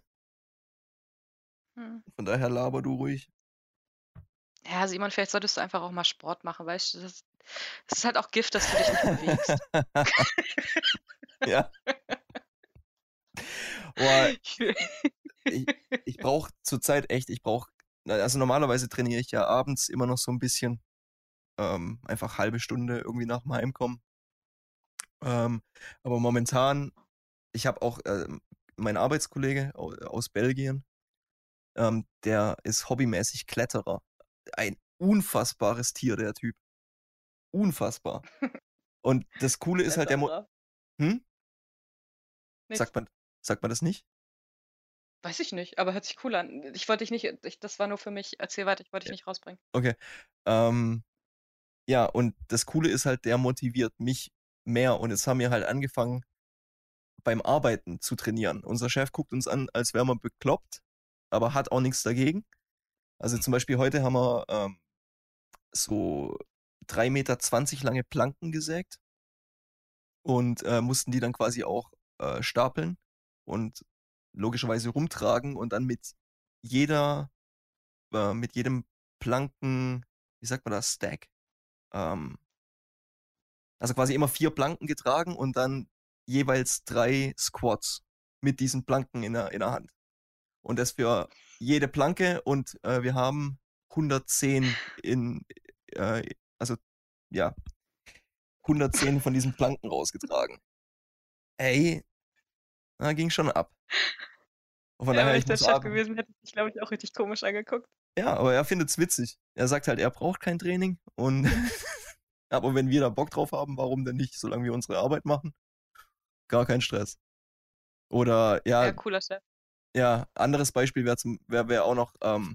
Mhm. Von daher laber du ruhig. Ja, Simon, vielleicht solltest du einfach auch mal Sport machen, weißt du? Das das ist halt auch Gift, dass du dich nicht bewegst. Ja. Boah, Ich will ich ich brauche zurzeit echt ich brauche also normalerweise trainiere ich ja abends immer noch so 'n bisschen, ähm, einfach halbe Stunde irgendwie nach'm Heimkommen. Ähm, aber momentan ich habe auch, ähm mein Arbeitskollege au aus Belgien, ähm, der ist hobbymäßig Kletterer. Ein unfassbares Tier, der Typ. Unfassbar. Und das Coole ist halt, der mo Kletterer. hm? Nix. Sagt man sagt man das nicht? Weiß ich nicht, aber hört sich cool an. Ich wollte dich nicht ich das war nur für mich erzähl weiter, ich wollte dich Ja. nicht rausbringen. Okay. Ähm, ja, und das Coole ist halt, der motiviert mich mehr und jetzt haben wir halt angefangen beim Arbeiten zu trainieren. Unser Chef guckt uns an, als wären wir bekloppt, aber hat auch nix dagegen. Also, zum Beispiel heute haben wir, ähm, so drei Meter zwanzig lange Planken gesägt und, äh, mussten die dann quasi auch, äh, stapeln und logischerweise rumtragen und dann mit jeder äh, mit jedem Planken wie sagt man das, Stack? Ähm also quasi immer vier Planken getragen und dann jeweils drei Squats mit diesen Planken in der in der Hand. Und das für jede Planke und, äh, wir haben hundertzehn in äh, also ja hundertzehn von diesen Planken rausgetragen. Ey, da ging schon ab. Und von Ja, daher, wäre ich ich dein muss Chef aber gewesen, hätte ich dich, glaube ich, auch richtig komisch angeguckt. Ja, aber er findet's witzig. Er sagt halt, er braucht kein Training und aber wenn wir da Bock drauf haben, warum denn nicht, solange wir unsere Arbeit machen? Gar kein Stress. Oder Ja, ja cooler Chef. ja, anderes Beispiel wäre zum wäre wäre auch noch, ähm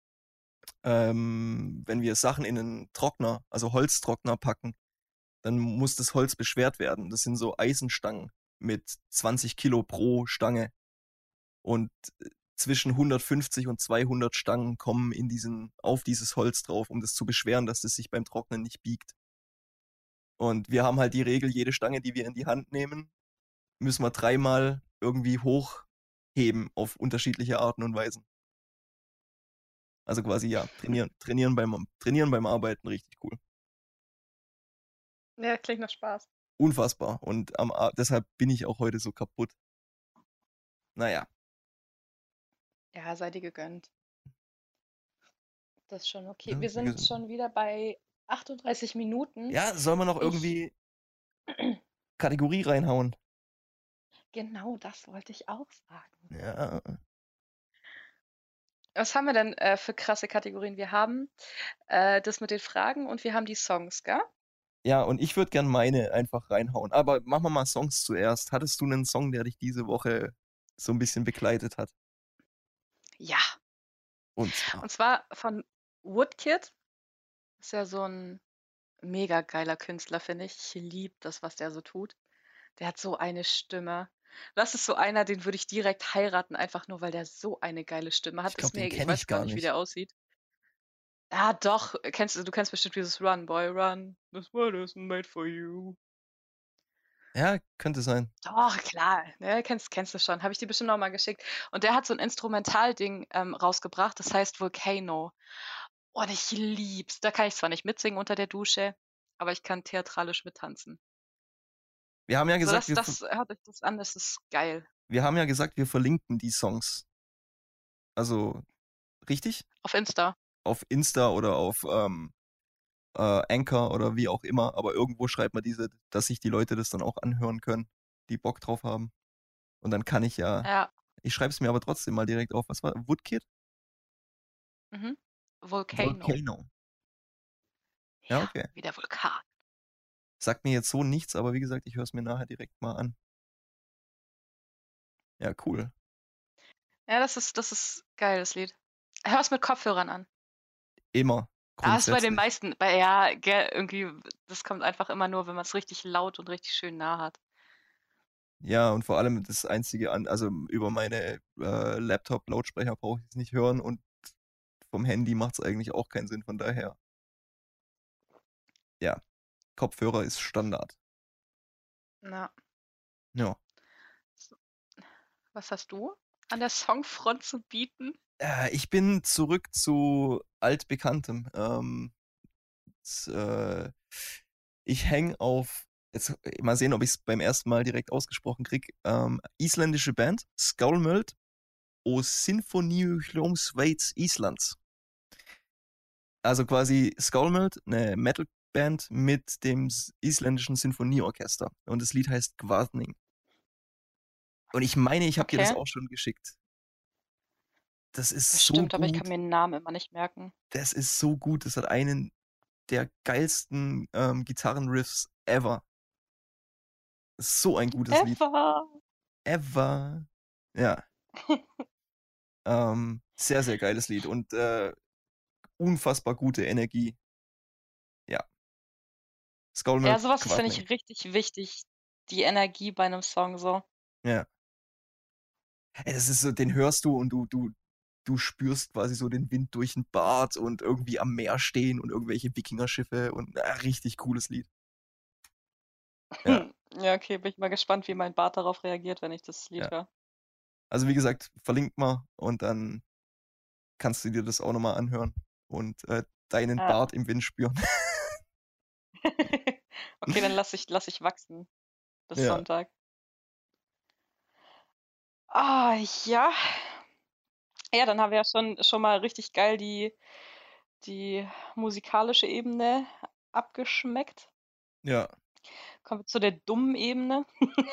ähm, wenn wir Sachen in 'nen Trockner, also Holztrockner packen, dann muss das Holz beschwert werden. Das sind so Eisenstangen mit zwanzig Kilo pro Stange. Und, äh, zwischen hundertfünfzig und zweihundert Stangen kommen in diesen auf dieses Holz drauf, um das zu beschweren, dass das sich beim Trocknen nicht biegt. Und wir haben halt die Regel, jede Stange, die wir in die Hand nehmen, müssen wir dreimal irgendwie hochheben auf unterschiedliche Arten und Weisen. Also quasi, ja, trainieren trainieren beim trainieren beim Arbeiten, richtig cool. Ja, klingt nach Spaß. Unfassbar und am A deshalb bin ich auch heute so kaputt. Na ja. Ja, sei dir gegönnt. Das ist schon okay. Ja, Wir wie sind ges schon wieder bei achtunddreißig Minuten. Ja, sollen wir noch Ich irgendwie Kategorie reinhauen? Genau, das wollte ich auch fragen. Ja. Was haben wir denn, äh, für krasse Kategorien? Wir haben, äh, das mit den Fragen und wir haben die Songs, gell? Ja, und ich würde gern meine einfach reinhauen. Aber machen wir mal Songs zuerst. Hattest du 'nen Song, der dich diese Woche so 'n bisschen begleitet hat? Ja. Und zwar? Und zwar von Woodkid. Ist ja so 'n mega geiler Künstler, finde ich. Ich liebe das, was der so tut. Der hat so eine Stimme. Das ist so einer, den würde ich direkt heiraten, einfach nur, weil der so eine geile Stimme Ich hat. Ist glaube, mir den e ich kenne weiß ich gar gar nicht, wie nicht. der aussieht. Ah, doch, kennst du du kennst bestimmt dieses „Run Boy Run, this world isn't made for you.“ Ja, könnte sein. Doch, klar, ne, kennst kennst du schon. Habe ich dir bestimmt auch mal geschickt. Und der hat so 'n Instrumentalding, ähm, rausgebracht, das heißt „Volcano“. Und ich liebe es. Da kann ich zwar nicht mitsingen unter der Dusche, aber ich kann theatralisch mittanzen. Wir haben ja So, gesagt, das wir v das hört euch das an, das ist geil. wir haben ja gesagt, wir verlinken die Songs. Also richtig? Auf Insta. Auf Insta oder auf, ähm, äh, Anchor oder wie auch immer, aber irgendwo schreibt man diese dass sich die Leute das dann auch anhören können, die Bock drauf haben. Und dann kann ich ja Ja. ich schreibe es mir aber trotzdem mal direkt auf. Was war Woodkid? Mhm. „Volcano“. Volcano. Ja, Ja, okay. wie der Vulkan. Sagt mir jetzt so nichts, aber wie gesagt, ich höre es mir nachher direkt mal an. Ja, cool. Ja, das ist das ist geiles Lied. Hör's mit Kopfhörern an. Immer. Ah, ist bei den Grundsätzlich. meisten, bei ja, gell, irgendwie, das kommt einfach immer nur, wenn man es richtig laut und richtig schön nah hat. Ja, und vor allem das einzige an, also über meine äh, Laptop-Lautsprecher brauche ich es nicht hören und vom Handy macht es eigentlich auch keinen Sinn. Von daher, ja, Kopfhörer ist Standard. Ja. Ja. So, was hast du an der Songfront zu bieten? Äh, ich bin zurück zu altbekanntem. Ähm, s- äh, ich hänge auf, jetzt äh, mal sehen, ob ich es beim ersten Mal direkt ausgesprochen kriege. Ähm, isländische Band, Skálmöld og Sinfoníuhljómsveit Islands. Also quasi Skálmöld, eine Metalband mit dem s- isländischen Sinfonieorchester. Und das Lied heißt Gvartning. Und ich meine, ich habe dir das Okay, auch schon geschickt. Das ist so bestimmt, aber ich kann gut. mir den Namen immer nicht merken. Das ist so gut. Das hat einen der geilsten ähm, Gitarrenriffs ever. Das ist so ein gutes Lied. Eva! Ever. Ja. Ähm, sehr, sehr geiles Lied und äh, unfassbar gute Energie. Ja. Ja, Skálmöld, sowas ist, finde Gvartning. ich, richtig wichtig. Die Energie bei einem Song so. Ja. Ey, das ist so, den hörst du und du, du, du spürst quasi so den Wind durch den Bart und irgendwie am Meer stehen und irgendwelche Wikingerschiffe und äh, richtig cooles Lied. Ja, Ja, okay, bin ich mal gespannt, wie mein Bart darauf reagiert, wenn ich das ja. Lied höre. Also wie gesagt, verlinkt mal und dann kannst du dir das auch nochmal anhören und äh, deinen Ja. Bart im Wind spüren. Okay, dann lass ich, lass ich wachsen bis Ja, Sonntag. Ah, ja. Ja, dann haben wir ja schon, schon mal richtig geil die, die musikalische Ebene abgeschmeckt. ja. Kommen wir zu der dummen Ebene.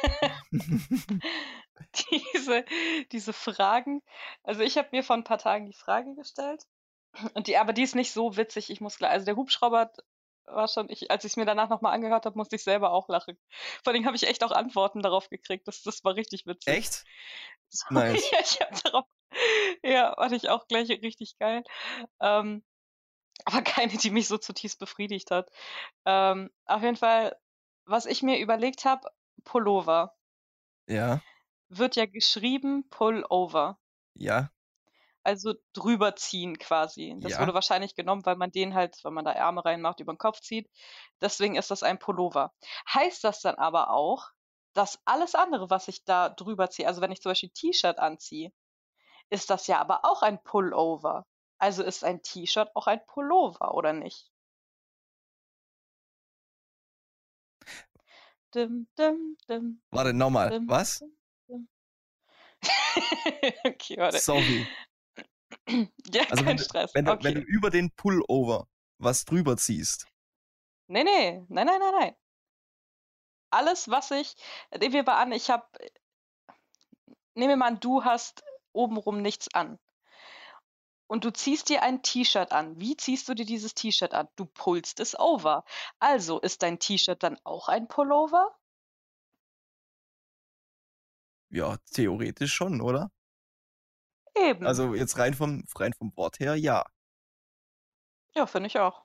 Diese, diese Fragen. Also ich habe mir vor ein paar Tagen die Frage gestellt. Und die, aber die ist nicht so witzig. Ich muss, gleich- also der Hubschrauber hat- war schon, ich, als ich es mir danach nochmal angehört habe, musste ich selber auch lachen. Vor allem habe ich echt auch Antworten darauf gekriegt. Das, das war richtig witzig. Echt? So, Nice. ja, ich habe darauf, ja, fand ich auch gleich richtig geil. Ähm, aber keine, die mich so zutiefst befriedigt hat. Ähm, auf jeden Fall, was ich mir überlegt habe, Pullover. Ja, Wird ja geschrieben Pullover. ja, Also drüber ziehen quasi. Das ja. wurde wahrscheinlich genommen, weil man den halt, wenn man da Ärmel reinmacht, über den Kopf zieht. Deswegen ist das ein Pullover. Heißt das dann aber auch, dass alles andere, was ich da drüber ziehe, also wenn ich zum Beispiel ein T-Shirt anziehe, ist das ja aber auch ein Pullover. Also ist ein T-Shirt auch ein Pullover, oder nicht? Dim, dim, dim, Warte, dim, nochmal. dim, Was? dim, dim. Okay, warte. Sorry. Ja, Also wenn kein du, Stress. wenn du, wenn du Okay. über den Pullover was drüber ziehst. Nee, nee, nein, nein, nein, nein. Alles, was ich, nehmen wir mal an, ich habe, nehmen wir mal an, du hast obenrum nichts an und du ziehst dir ein T-Shirt an. Wie ziehst du dir dieses T-Shirt an? Du pullst es over. Also ist dein T-Shirt dann auch ein Pullover? Ja, theoretisch schon, oder? Eben. Also jetzt rein vom, rein vom Wort her, ja. Ja, finde ich auch.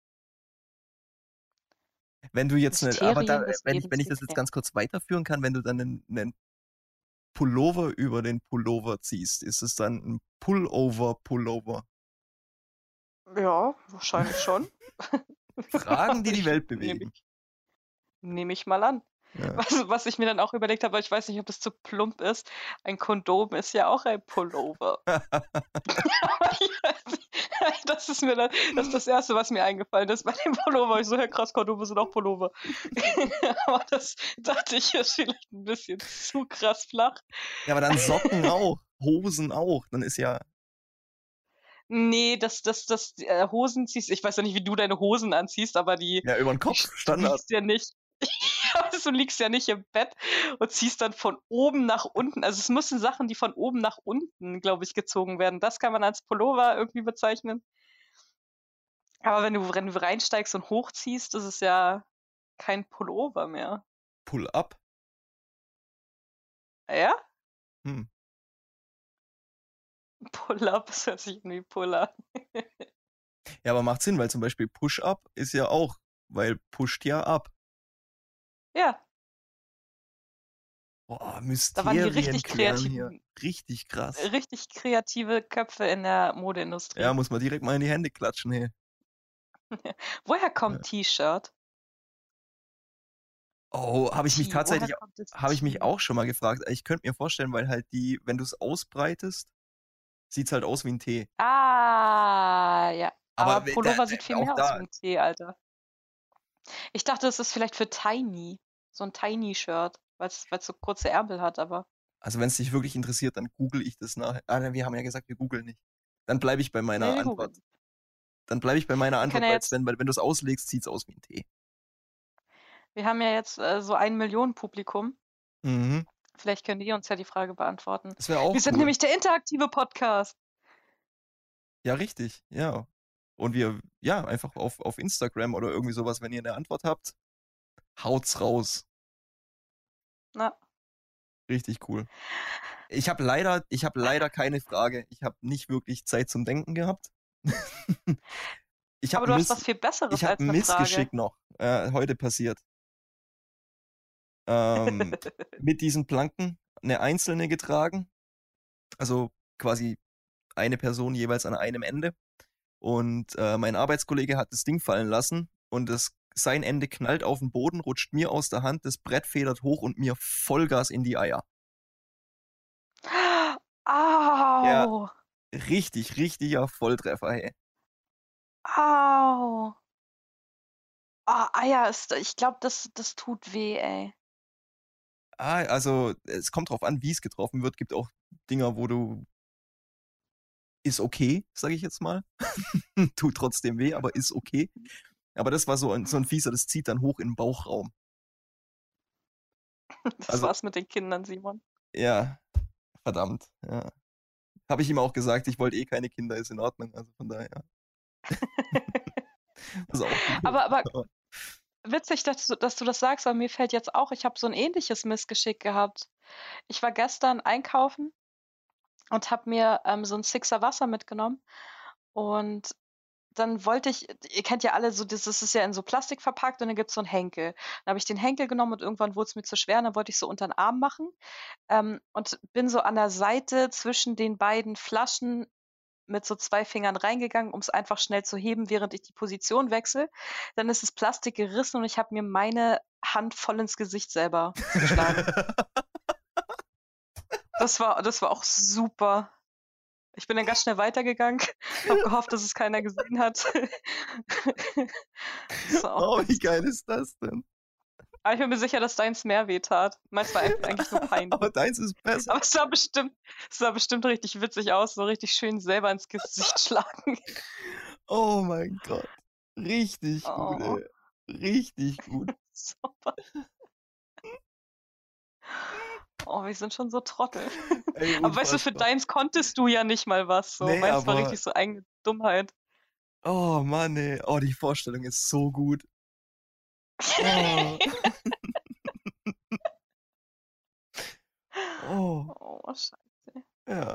Wenn du jetzt ne, aber da, Mysterien des wenn ich, wenn Lebens ich das jetzt geklärt. ganz kurz weiterführen kann, wenn du dann einen, einen Pullover über den Pullover ziehst, ist es dann ein Pullover-Pullover. Ja, wahrscheinlich schon. Fragen, die die Ich, Welt nehme bewegen. ich, nehm ich mal an. Ja. Was, was ich mir dann auch überlegt habe, aber ich weiß nicht, ob das zu plump ist. Ein Kondom ist ja auch ein Pullover. Aber ich weiß nicht, das ist mir dann, das ist das Erste, was mir eingefallen ist bei dem Pullover. Ich so, ja krass, Kondome sind auch Pullover. Aber das dachte ich ist vielleicht ein bisschen zu krass flach. Ja, aber dann Socken auch, Hosen auch. Dann ist ja, Nee, das, das, das, äh, Hosen ziehst, ich weiß ja nicht, wie du deine Hosen anziehst, aber die, ja über den die, Kopf, du Standard. liegst ja nicht, ja, du liegst ja nicht im Bett und ziehst dann von oben nach unten. Also es müssen Sachen, die von oben nach unten, glaube ich, gezogen werden. Das kann man als Pullover irgendwie bezeichnen. Aber wenn du, wenn du reinsteigst und hochziehst, ist es ja kein Pullover mehr. Pull-up. Ja? Hm. Pull-up, das hört sich irgendwie Pull an. Ja, aber macht Sinn, weil zum Beispiel Push-Up ist ja auch, weil pusht ja ab. Ja, Boah, da waren die Mysterien richtig klären hier. kreativen, Richtig krass. richtig kreative Köpfe in der Ja, Modeindustrie. muss man direkt mal in die Hände klatschen, hey. Woher Ja. kommt T-Shirt? Oh, habe ich mich T, woher tatsächlich, kommt das habe ich mich T? auch schon mal gefragt. Ich könnte mir vorstellen, weil halt die, wenn du es ausbreitest, sieht's halt aus wie ein T. Ah, ja. Aber Aber we- da, Pullover sieht da, viel auch mehr aus wie da, ein T, Alter. Ich dachte, es ist vielleicht für Tiny. So ein Tiny-Shirt, weil es so kurze Ärmel hat, aber. also wenn es dich wirklich interessiert, dann google ich das nachher. Ah, nein, wir haben ja gesagt, wir googeln nicht. Dann bleibe ich bei Nee, meiner wir Antwort. googeln. Dann bleibe ich bei meiner Wir können Antwort, ja weil jetzt, wenn, wenn du es auslegst, sieht's aus wie ein T. wir haben ja jetzt äh, so ein Millionen Publikum. Mhm. Vielleicht können die uns ja die Frage beantworten. Das wäre auch Wir sind cool. nämlich der interaktive Podcast. Ja, richtig, ja. Und wir, ja, einfach auf, auf Instagram oder irgendwie sowas, wenn ihr eine Antwort habt, haut's raus. Na, Richtig cool. Ich habe leider, ich habe leider keine Frage. Ich habe nicht wirklich Zeit zum Denken gehabt. Ich aber habe du hast Miss, was viel Besseres ich habe als ein eine Frage. Missgeschick noch äh, heute passiert. Ähm, mit diesen Planken eine einzelne getragen, also quasi eine Person jeweils an einem Ende. Und äh, mein Arbeitskollege hat das Ding fallen lassen und das, sein Ende knallt auf den Boden, rutscht mir aus der Hand, das Brett federt hoch und mir Vollgas in die Eier. Ja, Au! richtig, richtiger Volltreffer, hey. Au! Ah, Eier ist, ich glaube, das, das tut weh, ey. Ah, also es kommt drauf an, wie es getroffen wird. Gibt auch Dinger, wo du ist okay, sage ich jetzt mal. Tut trotzdem weh, aber ist okay. Aber das war so ein, so ein Fieser, das zieht dann hoch in den Bauchraum. Das Also, war's mit den Kindern, Simon. ja, verdammt. Ja. Habe ich ihm auch gesagt, ich wollte eh keine Kinder, ist in Ordnung. Also von daher. Das ist auch gut. Aber, aber witzig, dass du, dass du das sagst, aber mir fällt jetzt auch, ich habe so ein ähnliches Missgeschick gehabt. Ich war gestern einkaufen und habe mir ähm, so ein Sixer Wasser mitgenommen und dann wollte ich, ihr kennt ja alle so, das das ist ja in so Plastik verpackt und dann gibt's so einen Henkel. Dann habe ich den Henkel genommen und irgendwann wurde es mir zu schwer und dann wollte ich so unter den Arm machen ähm, und bin so an der Seite zwischen den beiden Flaschen mit so zwei Fingern reingegangen, um es einfach schnell zu heben, während ich die Position wechsle. Dann ist das Plastik gerissen und ich habe mir meine Hand voll ins Gesicht selber geschlagen. Das war, das war auch super. Ich bin dann ganz schnell weitergegangen, habe gehofft, dass es keiner gesehen hat. Das war auch Oh, ganz wie geil ist das denn? Aber ich bin mir sicher, dass deins mehr wehtat. Meins war eigentlich eigentlich nur peinlich. Aber deins ist besser. Aber es sah bestimmt, es sah bestimmt richtig witzig aus, so richtig schön selber ins Gesicht schlagen. Oh mein Gott. Richtig gut, Oh, ey. Richtig gut. super. Oh, wir sind schon so Trottel. Ey, Aber weißt du, für unfassbar. deins konntest du ja nicht mal was. So. Nee, Meins war aber. richtig so eigene Dummheit. Oh Mann, ey. Oh, die Vorstellung ist so gut. Oh. Oh. Oh, scheiße. Ja.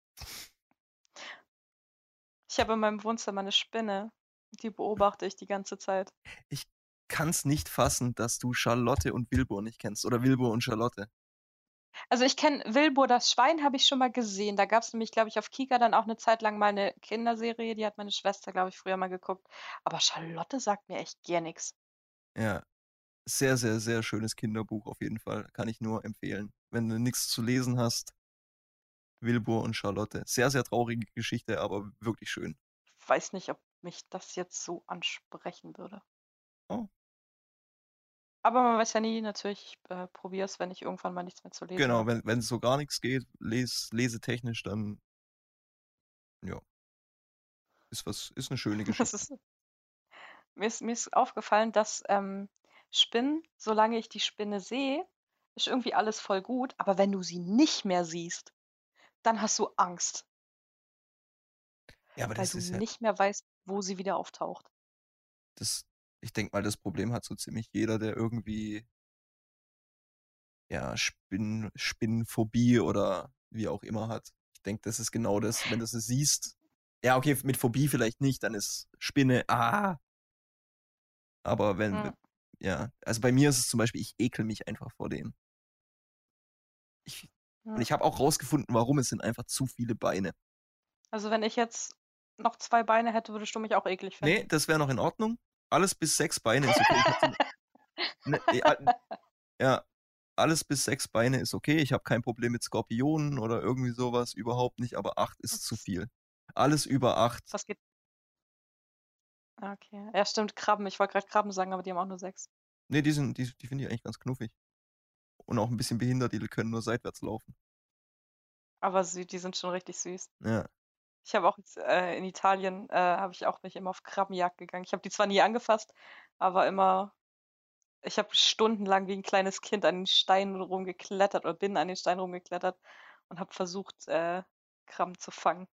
Ich habe in meinem Wohnzimmer eine Spinne. Die beobachte ich die ganze Zeit. Ich kann's nicht fassen, dass du Charlotte und Wilbur nicht kennst. Oder Wilbur und Charlotte. Also ich kenne Wilbur das Schwein, habe ich schon mal gesehen. Da gab es nämlich, glaube ich, auf Kika dann auch eine Zeit lang mal eine Kinderserie. Die hat meine Schwester, glaube ich, früher mal geguckt. Aber Charlotte sagt mir echt gar nichts. Ja. Sehr, sehr, sehr schönes Kinderbuch auf jeden Fall. Kann ich nur empfehlen. Wenn du nichts zu lesen hast, Wilbur und Charlotte. Sehr, sehr traurige Geschichte, aber wirklich schön. Ich weiß nicht, ob mich das jetzt so ansprechen würde. Oh. Aber man weiß ja nie, natürlich, ich äh, probiere es, wenn ich irgendwann mal nichts mehr zu lesen Genau, habe. wenn, wenn es so gar nichts geht, les, lesetechnisch, dann ja, ist was, ist eine schöne Das Geschichte. ist, mir ist, mir ist aufgefallen, dass ähm, Spinnen, solange ich die Spinne sehe, ist irgendwie alles voll gut. Aber wenn du sie nicht mehr siehst, dann hast du Angst, Ja, aber weil das du ist ja, nicht mehr weißt, wo sie wieder auftaucht. das, ich denke mal, das Problem hat so ziemlich jeder, der irgendwie, ja, Spinn, Spinnenphobie oder wie auch immer hat. Ich denke, das ist genau das, wenn du sie siehst, Ja, okay, mit Phobie vielleicht nicht, dann ist Spinne, ah. Aber wenn, Hm. ja, also bei mir ist es zum Beispiel, ich ekel mich einfach vor denen. Ich, und Hm. ich habe auch rausgefunden, warum. Es sind einfach zu viele Beine. Also wenn ich jetzt noch zwei Beine hätte, würdest du mich auch eklig finden. Nee, das wäre noch in Ordnung. Alles bis sechs Beine ist okay. Ich hab zum, ne, ja, ja, alles bis sechs Beine ist okay. Ich habe kein Problem mit Skorpionen oder irgendwie sowas, überhaupt nicht, aber acht ist zu viel. Alles über acht. Was geht? Ah, Okay. Ja, stimmt, Krabben. Ich wollte gerade Krabben sagen, aber die haben auch nur sechs. Nee, die sind, die, die finde ich eigentlich ganz knuffig. Und auch ein bisschen behindert, die können nur seitwärts laufen. Aber sie, die sind schon richtig süß. Ja. Ich habe auch jetzt, äh, in Italien, äh, habe ich auch mich immer auf Krabbenjagd gegangen. Ich habe die zwar nie angefasst, aber immer, ich habe stundenlang wie ein kleines Kind an den Steinen rumgeklettert oder bin an den Steinen rumgeklettert und habe versucht, äh, Krabben zu fangen.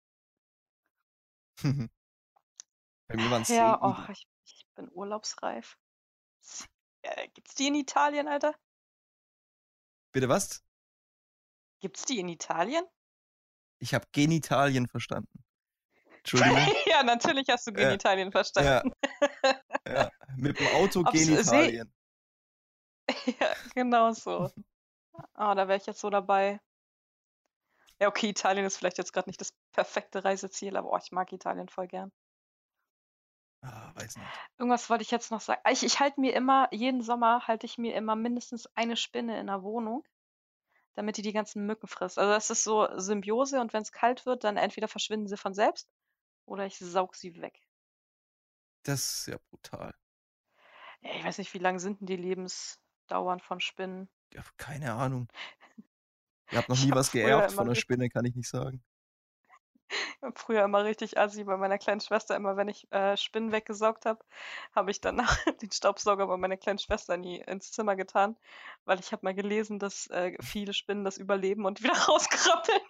Bei mir waren es Ja, Seeigel. och, ich, ich bin urlaubsreif. S- Äh, gibt's die in Italien, Alter? Bitte was? Gibt's die in Italien? Ich habe Genitalien verstanden. Entschuldigung. Ja, natürlich hast du Ja, Genitalien ja, verstanden. ja. Mit dem Auto Ob's See. Genitalien. Ja, genau so. Ah, da wäre ich jetzt so dabei. Ja, okay, Italien ist vielleicht jetzt gerade nicht das perfekte Reiseziel, aber oh, ich mag Italien voll gern. Ah, weiß nicht. Irgendwas wollte ich jetzt noch sagen. Ich, ich halte mir immer, jeden Sommer halte ich mir immer mindestens eine Spinne in der Wohnung, damit die die ganzen Mücken frisst. Also das ist so Symbiose und wenn es kalt wird, dann entweder verschwinden sie von selbst oder ich saug sie weg. Das ist ja brutal. Ja, ich weiß nicht, wie lang sind denn die Lebensdauern von Spinnen? Ja, keine Ahnung. Ihr habt noch Ich nie habe was früher geerbt immer von der richtig, Spinne, kann ich nicht sagen. hab früher immer richtig assi bei meiner kleinen Schwester. Immer wenn ich äh, Spinnen weggesaugt habe, habe ich danach den Staubsauger bei meiner kleinen Schwester in die, ins Zimmer getan, weil ich habe mal gelesen, dass äh, viele Spinnen das überleben und wieder rauskrabbeln.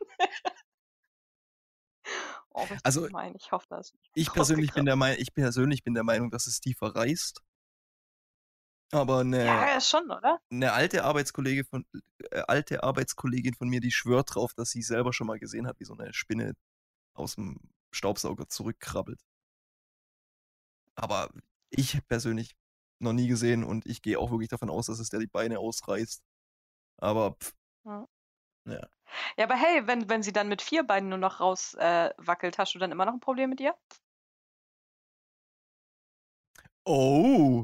Oh, richtig Also gemein. Ich hoffe, da ist nicht ich persönlich bin rausgekrabbelt. der Meinung, ich persönlich bin der Meinung, dass es die verreißt. Aber eine, Ja, ja, schon, oder? eine alte Arbeitskollege von, äh, alte Arbeitskollegin von mir, die schwört drauf, dass sie selber schon mal gesehen hat, wie so eine Spinne aus dem Staubsauger zurückkrabbelt. Aber ich persönlich noch nie gesehen und ich gehe auch wirklich davon aus, dass es der die Beine ausreißt. Aber pff, Ja. ja. Ja, aber hey, wenn, wenn sie dann mit vier Beinen nur noch raus äh, wackelt, hast du dann immer noch ein Problem mit ihr? Oh!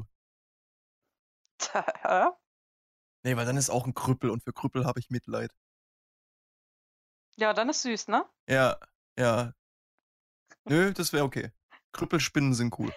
Tja, Nee, weil dann ist auch ein Krüppel und für Krüppel habe ich Mitleid. ja, dann ist süß, ne? Ja, ja. Nö, das wäre okay. Krüppelspinnen sind cool.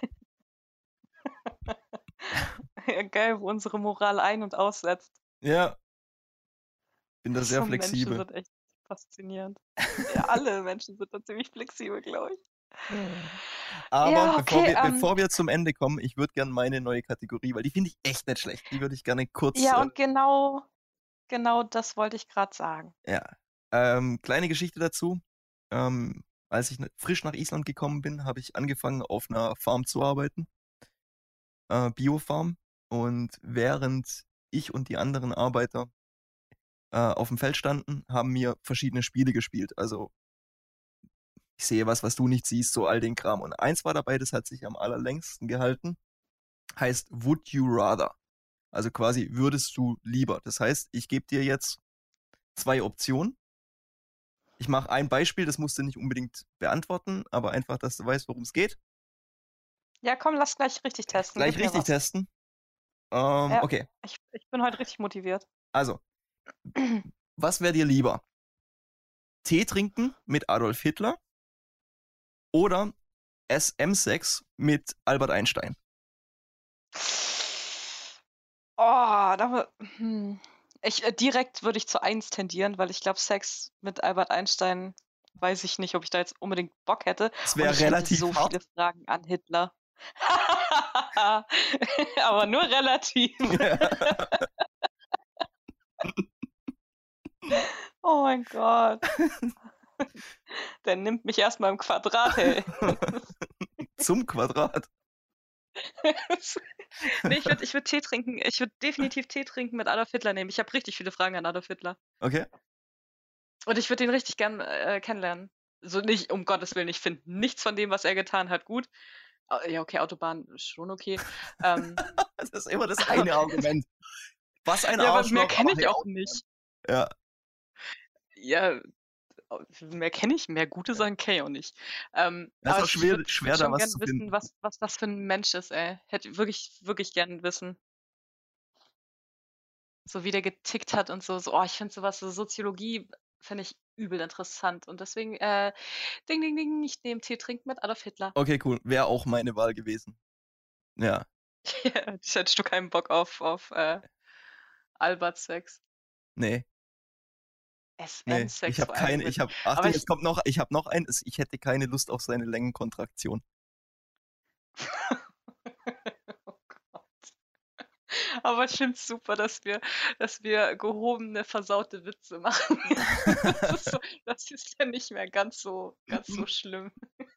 Ja, geil, wo unsere Moral ein- und aussetzt. Ja, bin da sehr So Menschen flexibel. sind echt faszinierend. Ja, alle Menschen sind da ziemlich flexibel, glaube ich. Aber Ja, bevor, okay, wir, ähm, bevor wir zum Ende kommen, ich würde gerne meine neue Kategorie, weil die finde ich echt nicht schlecht. Die würde ich gerne kurz. ja, Äh, und genau, genau das wollte ich gerade sagen. ja. Ähm, kleine Geschichte dazu. Ähm, als ich ne- frisch nach Island gekommen bin, habe ich angefangen, auf einer Farm zu arbeiten. Äh, Biofarm. Und während ich und die anderen Arbeiter äh, auf dem Feld standen, haben wir verschiedene Spiele gespielt. Also ich sehe was, was du nicht siehst, so all den Kram. Und eins war dabei, das hat sich am allerlängsten gehalten, heißt Would You Rather. Also quasi würdest du lieber. Das heißt, ich gebe dir jetzt zwei Optionen. Ich mache ein Beispiel, das musst du nicht unbedingt beantworten, aber einfach, dass du weißt, worum es geht. Ja, komm, lass gleich richtig testen. Gleich Gib mir richtig was. testen. Ähm, Ja, okay, ich, ich bin heute richtig motiviert. also, was wäre dir lieber? Tee trinken mit Adolf Hitler oder S M-Sex mit Albert Einstein? Oh, da, wür- hm. Ich, äh, direkt würde ich zu eins tendieren, weil ich glaube, Sex mit Albert Einstein, weiß ich nicht, ob ich da jetzt unbedingt Bock hätte. Es Und wäre ich hätte relativ so hart. viele Fragen an Hitler. Aber nur relativ. Oh mein Gott. Der nimmt mich erstmal im Quadrat, hey. Zum Quadrat. Nee, ich würde ich würd Tee trinken. Ich würde definitiv Tee trinken mit Adolf Hitler nehmen. Ich habe richtig viele Fragen an Adolf Hitler. Okay. Und ich würde ihn richtig gern äh, kennenlernen. So nicht, um Gottes Willen, ich finde nichts von dem, was er getan hat, gut. Au- Ja, okay, Autobahn ist schon okay. Ähm, Das ist immer das eine Argument. Was ein ja, aber mehr Arschloch, kenne aber ich hey, auch Autobahn. nicht. Ja, Ja, au- mehr kenne ich, mehr gute Sachen kenne ich auch nicht. Ähm, das ist aber auch ich schwer, würde schwer würd da schon was gern zu wissen, finden. was, was das für ein Mensch ist, ey. Hätte wirklich, wirklich gern wissen. So wie der getickt hat und so. so oh, ich finde sowas, so Soziologie finde ich übel interessant. Und deswegen, äh, ding, ding, ding, ich nehme Tee trinken mit Adolf Hitler. Okay, cool. Wäre auch meine Wahl gewesen. Ja, Ja, hättest du keinen Bock auf, auf äh, Albert-Sex. nee, nee. Ich S N-Sex habe vor allem keine, mit. ich habe, Aber Achtung, ich. jetzt kommt noch, ich habe noch einen, ich hätte keine Lust auf seine Längenkontraktion. Oh Gott. Aber ich finde es super, dass wir, dass wir gehobene, versaute Witze machen. Das ist, so, das ist ja nicht mehr ganz so, ganz so schlimm.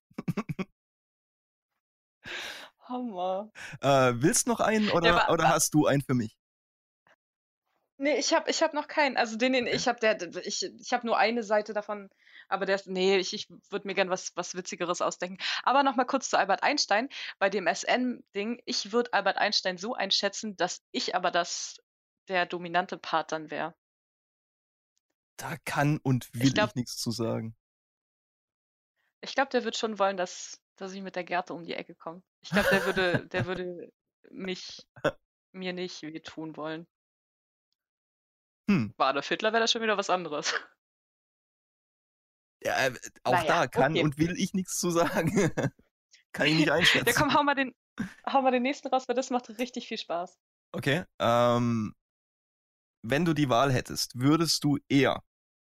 Hammer. Äh, willst noch einen Ja, oder, aber, oder hast du einen für mich? nee, ich habe ich hab noch keinen. Also den, den Okay. ich habe, der, der- ich, ich habe nur eine Seite davon. Aber der ist, nee, ich, ich würde mir gern was, was Witzigeres ausdenken. Aber noch mal kurz zu Albert Einstein. Bei dem S N-Ding, ich würde Albert Einstein so einschätzen, dass ich aber das der dominante Part dann wäre. Da kann und Ich will glaube, ich nichts zu sagen. ich glaub, der wird schon wollen, dass, dass ich mit der Gerte um die Ecke komme. Ich glaube, der würde, der würde mich, mir nicht wehtun wollen. Hm. War Adolf Hitler, wäre das schon wieder was anderes. Ja, äh, auch Naja, da kann okay. und will ich nichts zu sagen. Kann ich nicht Ja, einschätzen. komm, hau mal den, hau mal den nächsten raus, weil das macht richtig viel Spaß. Okay. Ähm, wenn du die Wahl hättest, würdest du eher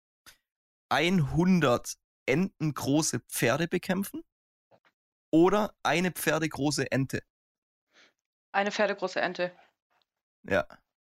hundert entengroße Pferde bekämpfen oder eine pferdegroße Ente? Eine pferdegroße Ente. Ja.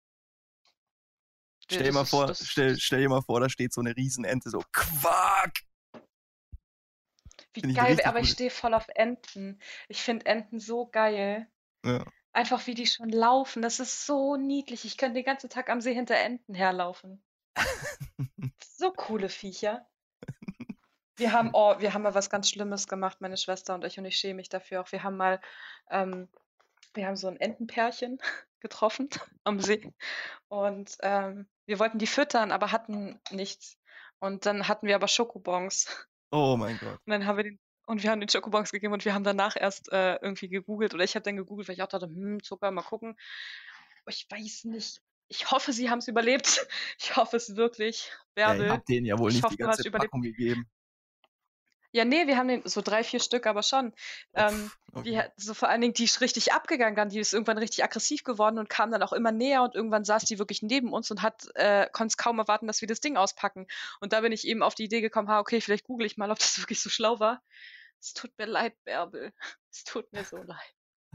Nee, Stell dir das mal ist, vor, das, stell, stell dir mal vor, da steht so eine Riesenente so Quack. wie Finde ich geil, richtig aber ich gut. stehe voll auf Enten. Ich finde Enten so geil. Ja. Einfach wie die schon laufen. Das ist so niedlich. Ich könnte den ganzen Tag am See hinter Enten herlaufen. So coole Viecher. Wir haben, oh, wir haben mal was ganz Schlimmes gemacht, meine Schwester und ich, und ich schäme mich dafür auch. Wir haben mal, ähm, wir haben so ein Entenpärchen getroffen am See und ähm, wir wollten die füttern, aber hatten nichts. Und dann hatten wir aber Schokobons. Oh mein Gott. Und dann haben wir den, und wir haben den Schokobons gegeben und wir haben danach erst äh, irgendwie gegoogelt oder ich habe dann gegoogelt, weil ich auch dachte, hm, Zucker, mal gucken. Aber ich weiß nicht. Ich hoffe, sie haben es überlebt. Ich hoffe es wirklich. Ja, ihr Bärbel, habt denen ja wohl ich nicht die hoffe, du hast ganze überlebt. Packung gegeben. Ja, nee, wir haben den so drei, vier Stück, aber schon. Ähm, Uff, die, okay. hat- so vor allen Dingen, die ist richtig abgegangen dann, die ist irgendwann richtig aggressiv geworden und kam dann auch immer näher und irgendwann saß die wirklich neben uns und hat, äh, konnte es kaum erwarten, dass wir das Ding auspacken. Und da bin ich eben auf die Idee gekommen, ha, okay, vielleicht google ich mal, ob das wirklich so schlau war. Es tut mir leid, Bärbel. Es tut mir so leid.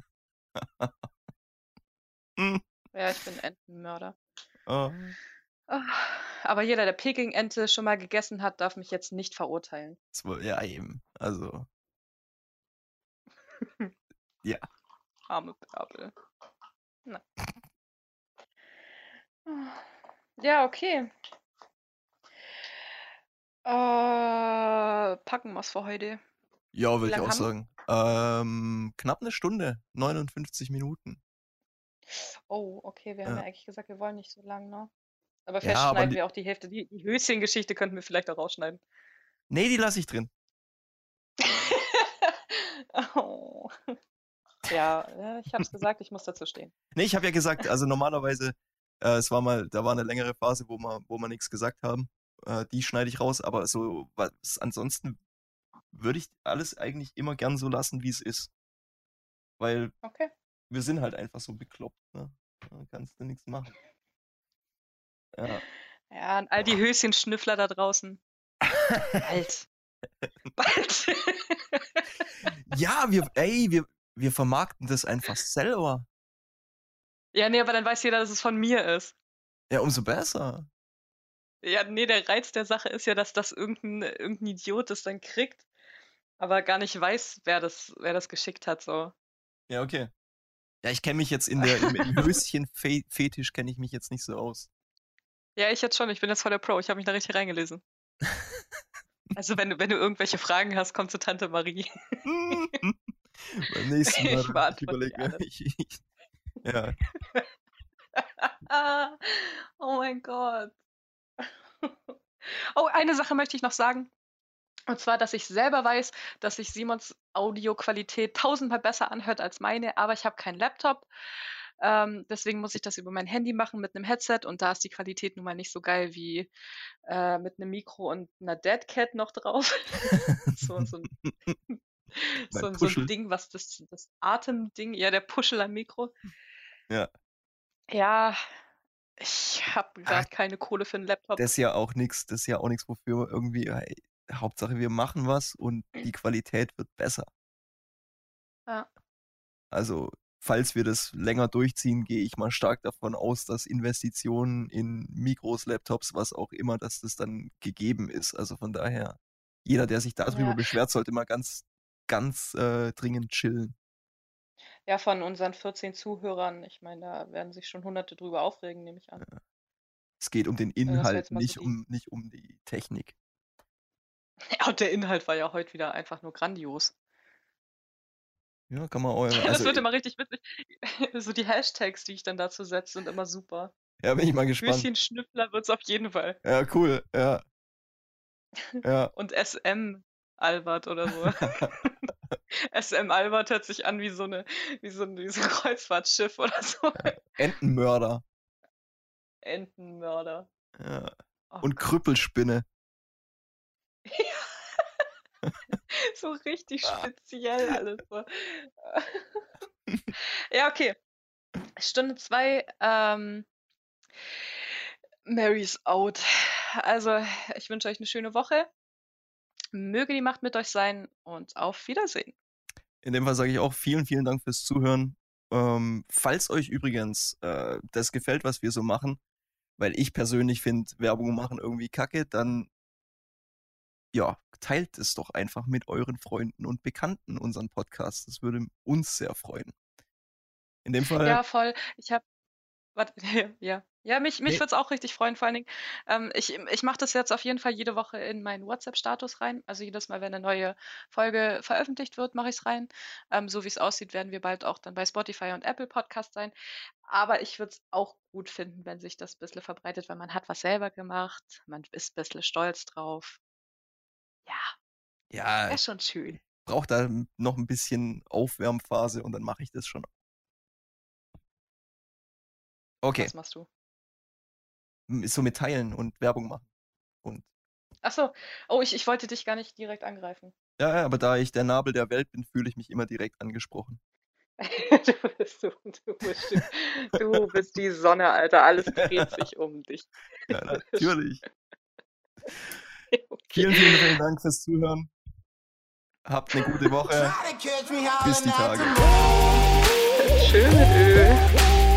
Hm. Ja, ich bin Entenmörder. Oh. Ah, aber jeder, der Peking-Ente schon mal gegessen hat, darf mich jetzt nicht verurteilen. Das war, ja, eben. Also, ja. Arme Bärbel. Na. Ja, okay. Äh, packen wir's für heute. Ja, Wie würde ich lang auch haben wir? sagen. Ähm, knapp eine Stunde. neunundfünfzig Minuten. Oh, okay, wir haben ja Ja, eigentlich gesagt, wir wollen nicht so lang, ne? Aber ja vielleicht aber schneiden li- wir auch die Hälfte. Die, die Höschengeschichte könnten wir vielleicht auch rausschneiden. nee, die lasse ich drin. Oh. Ja, ja, ich hab's gesagt, ich muss dazu stehen. Nee, ich habe ja gesagt, also normalerweise, äh, es war mal, da war eine längere Phase, wo wir, wo wir nichts gesagt haben. Äh, die schneide ich raus, aber so, was ansonsten würde ich alles eigentlich immer gern so lassen, wie es ist. Weil Okay. wir sind halt einfach so bekloppt, ne? Da kannst du nichts machen. Ja. Ja, an all die Höschenschnüffler da draußen. Bald. Bald. Ja, wir, ey, wir, wir vermarkten das einfach selber. Ja, nee, aber dann weiß jeder, dass es von mir ist. Ja, umso besser. Ja, nee, der Reiz der Sache ist ja, dass das irgendein, irgendein Idiot das dann kriegt, aber gar nicht weiß, wer das, wer das geschickt hat, so. Ja, okay. Ja, ich kenne mich jetzt in der, im, im Höschen-Fetisch kenne ich mich jetzt nicht so aus. Ja, ich jetzt schon, ich bin jetzt voll der Pro, ich habe mich da richtig reingelesen. Also wenn du, wenn du irgendwelche Fragen hast, komm zu Tante Marie. Beim nächsten Mal, Ich ich beantworte die überlege mir, alle. ich, ich, ja, Ah, oh mein Gott. Oh, eine Sache möchte ich noch sagen. Und zwar, dass ich selber weiß, dass sich Simons Audioqualität tausendmal besser anhört als meine, aber ich habe keinen Laptop. Ähm, deswegen muss ich das über mein Handy machen mit einem Headset und da ist die Qualität nun mal nicht so geil wie äh, mit einem Mikro und einer Deadcat noch drauf. so, so, ein, mein so, ein- so ein Puschel. Ding, was das, das Atemding, ja, der Puschel am Mikro. Ja, Ja, ich habe ach, gerade keine Kohle für einen Laptop. das ist ja auch nichts, das ist ja auch nichts, wofür wir irgendwie, hey, Hauptsache wir machen was und die Qualität wird besser. Ja. Also, falls wir das länger durchziehen, gehe ich mal stark davon aus, dass Investitionen in Mikros, Laptops, was auch immer, dass das dann gegeben ist. Also von daher, jeder, der sich darüber Ja. beschwert, sollte mal ganz, ganz äh, dringend chillen. Ja, von unseren vierzehn Zuhörern, ich meine, da werden sich schon Hunderte drüber aufregen, nehme ich an. Es geht um den Also das wäre Inhalt, jetzt mal so nicht die. um, nicht um die Technik. Ja, und der Inhalt war ja heute wieder einfach nur grandios. Ja, kann man auch immer. Das Also, wird immer richtig witzig. So die Hashtags, die ich dann dazu setze, sind immer super. ja, bin ich mal gespannt. Höschenschnüffler wird's auf jeden Fall. Ja, cool. Ja, ja. Und S M Albert oder so. S M Albert hört sich an wie so eine, wie so ein, wie so ein Kreuzfahrtschiff oder so. Entenmörder. Entenmörder. Ja. Oh Und Gott. Krüppelspinne. So richtig Ah. speziell alles so. Ja, okay. Stunde zwei. Ähm, Mary's out. Also, ich wünsche euch eine schöne Woche. Möge die Macht mit euch sein und auf Wiedersehen. In dem Fall sage ich auch vielen, vielen Dank fürs Zuhören. Ähm, falls euch übrigens äh, das gefällt, was wir so machen, weil ich persönlich finde, Werbung machen irgendwie kacke, dann ja, teilt es doch einfach mit euren Freunden und Bekannten, unseren Podcast. Das würde uns sehr freuen. In dem Fall, Ja, voll. Ich habe, warte, ja, ja, mich, mich Nee. würde es auch richtig freuen. Vor allen Dingen, ähm, ich, ich mache das jetzt auf jeden Fall jede Woche in meinen WhatsApp-Status rein. Also jedes Mal, wenn eine neue Folge veröffentlicht wird, mache ich es rein. Ähm, so wie es aussieht, werden wir bald auch dann bei Spotify und Apple Podcast sein. Aber ich würde es auch gut finden, wenn sich das ein bisschen verbreitet, weil man hat was selber gemacht, man ist ein bisschen stolz drauf. Ja, ja, wäre schon schön. braucht da noch ein bisschen Aufwärmphase und dann mache ich das schon. Okay, Was machst du? m- so mit Teilen und Werbung machen. Und Ach so. Oh, ich, ich wollte dich gar nicht direkt angreifen. ja, ja, aber da ich der Nabel der Welt bin, fühle ich mich immer direkt angesprochen. Du bist, du, du, bist, du bist die Sonne, Alter. Alles dreht sich um dich. Ja, natürlich. Okay. Vielen, vielen, vielen Dank fürs Zuhören. Habt eine gute Woche. Try to catch me Bis die howling at Tage. the moon. Schön mit Öl.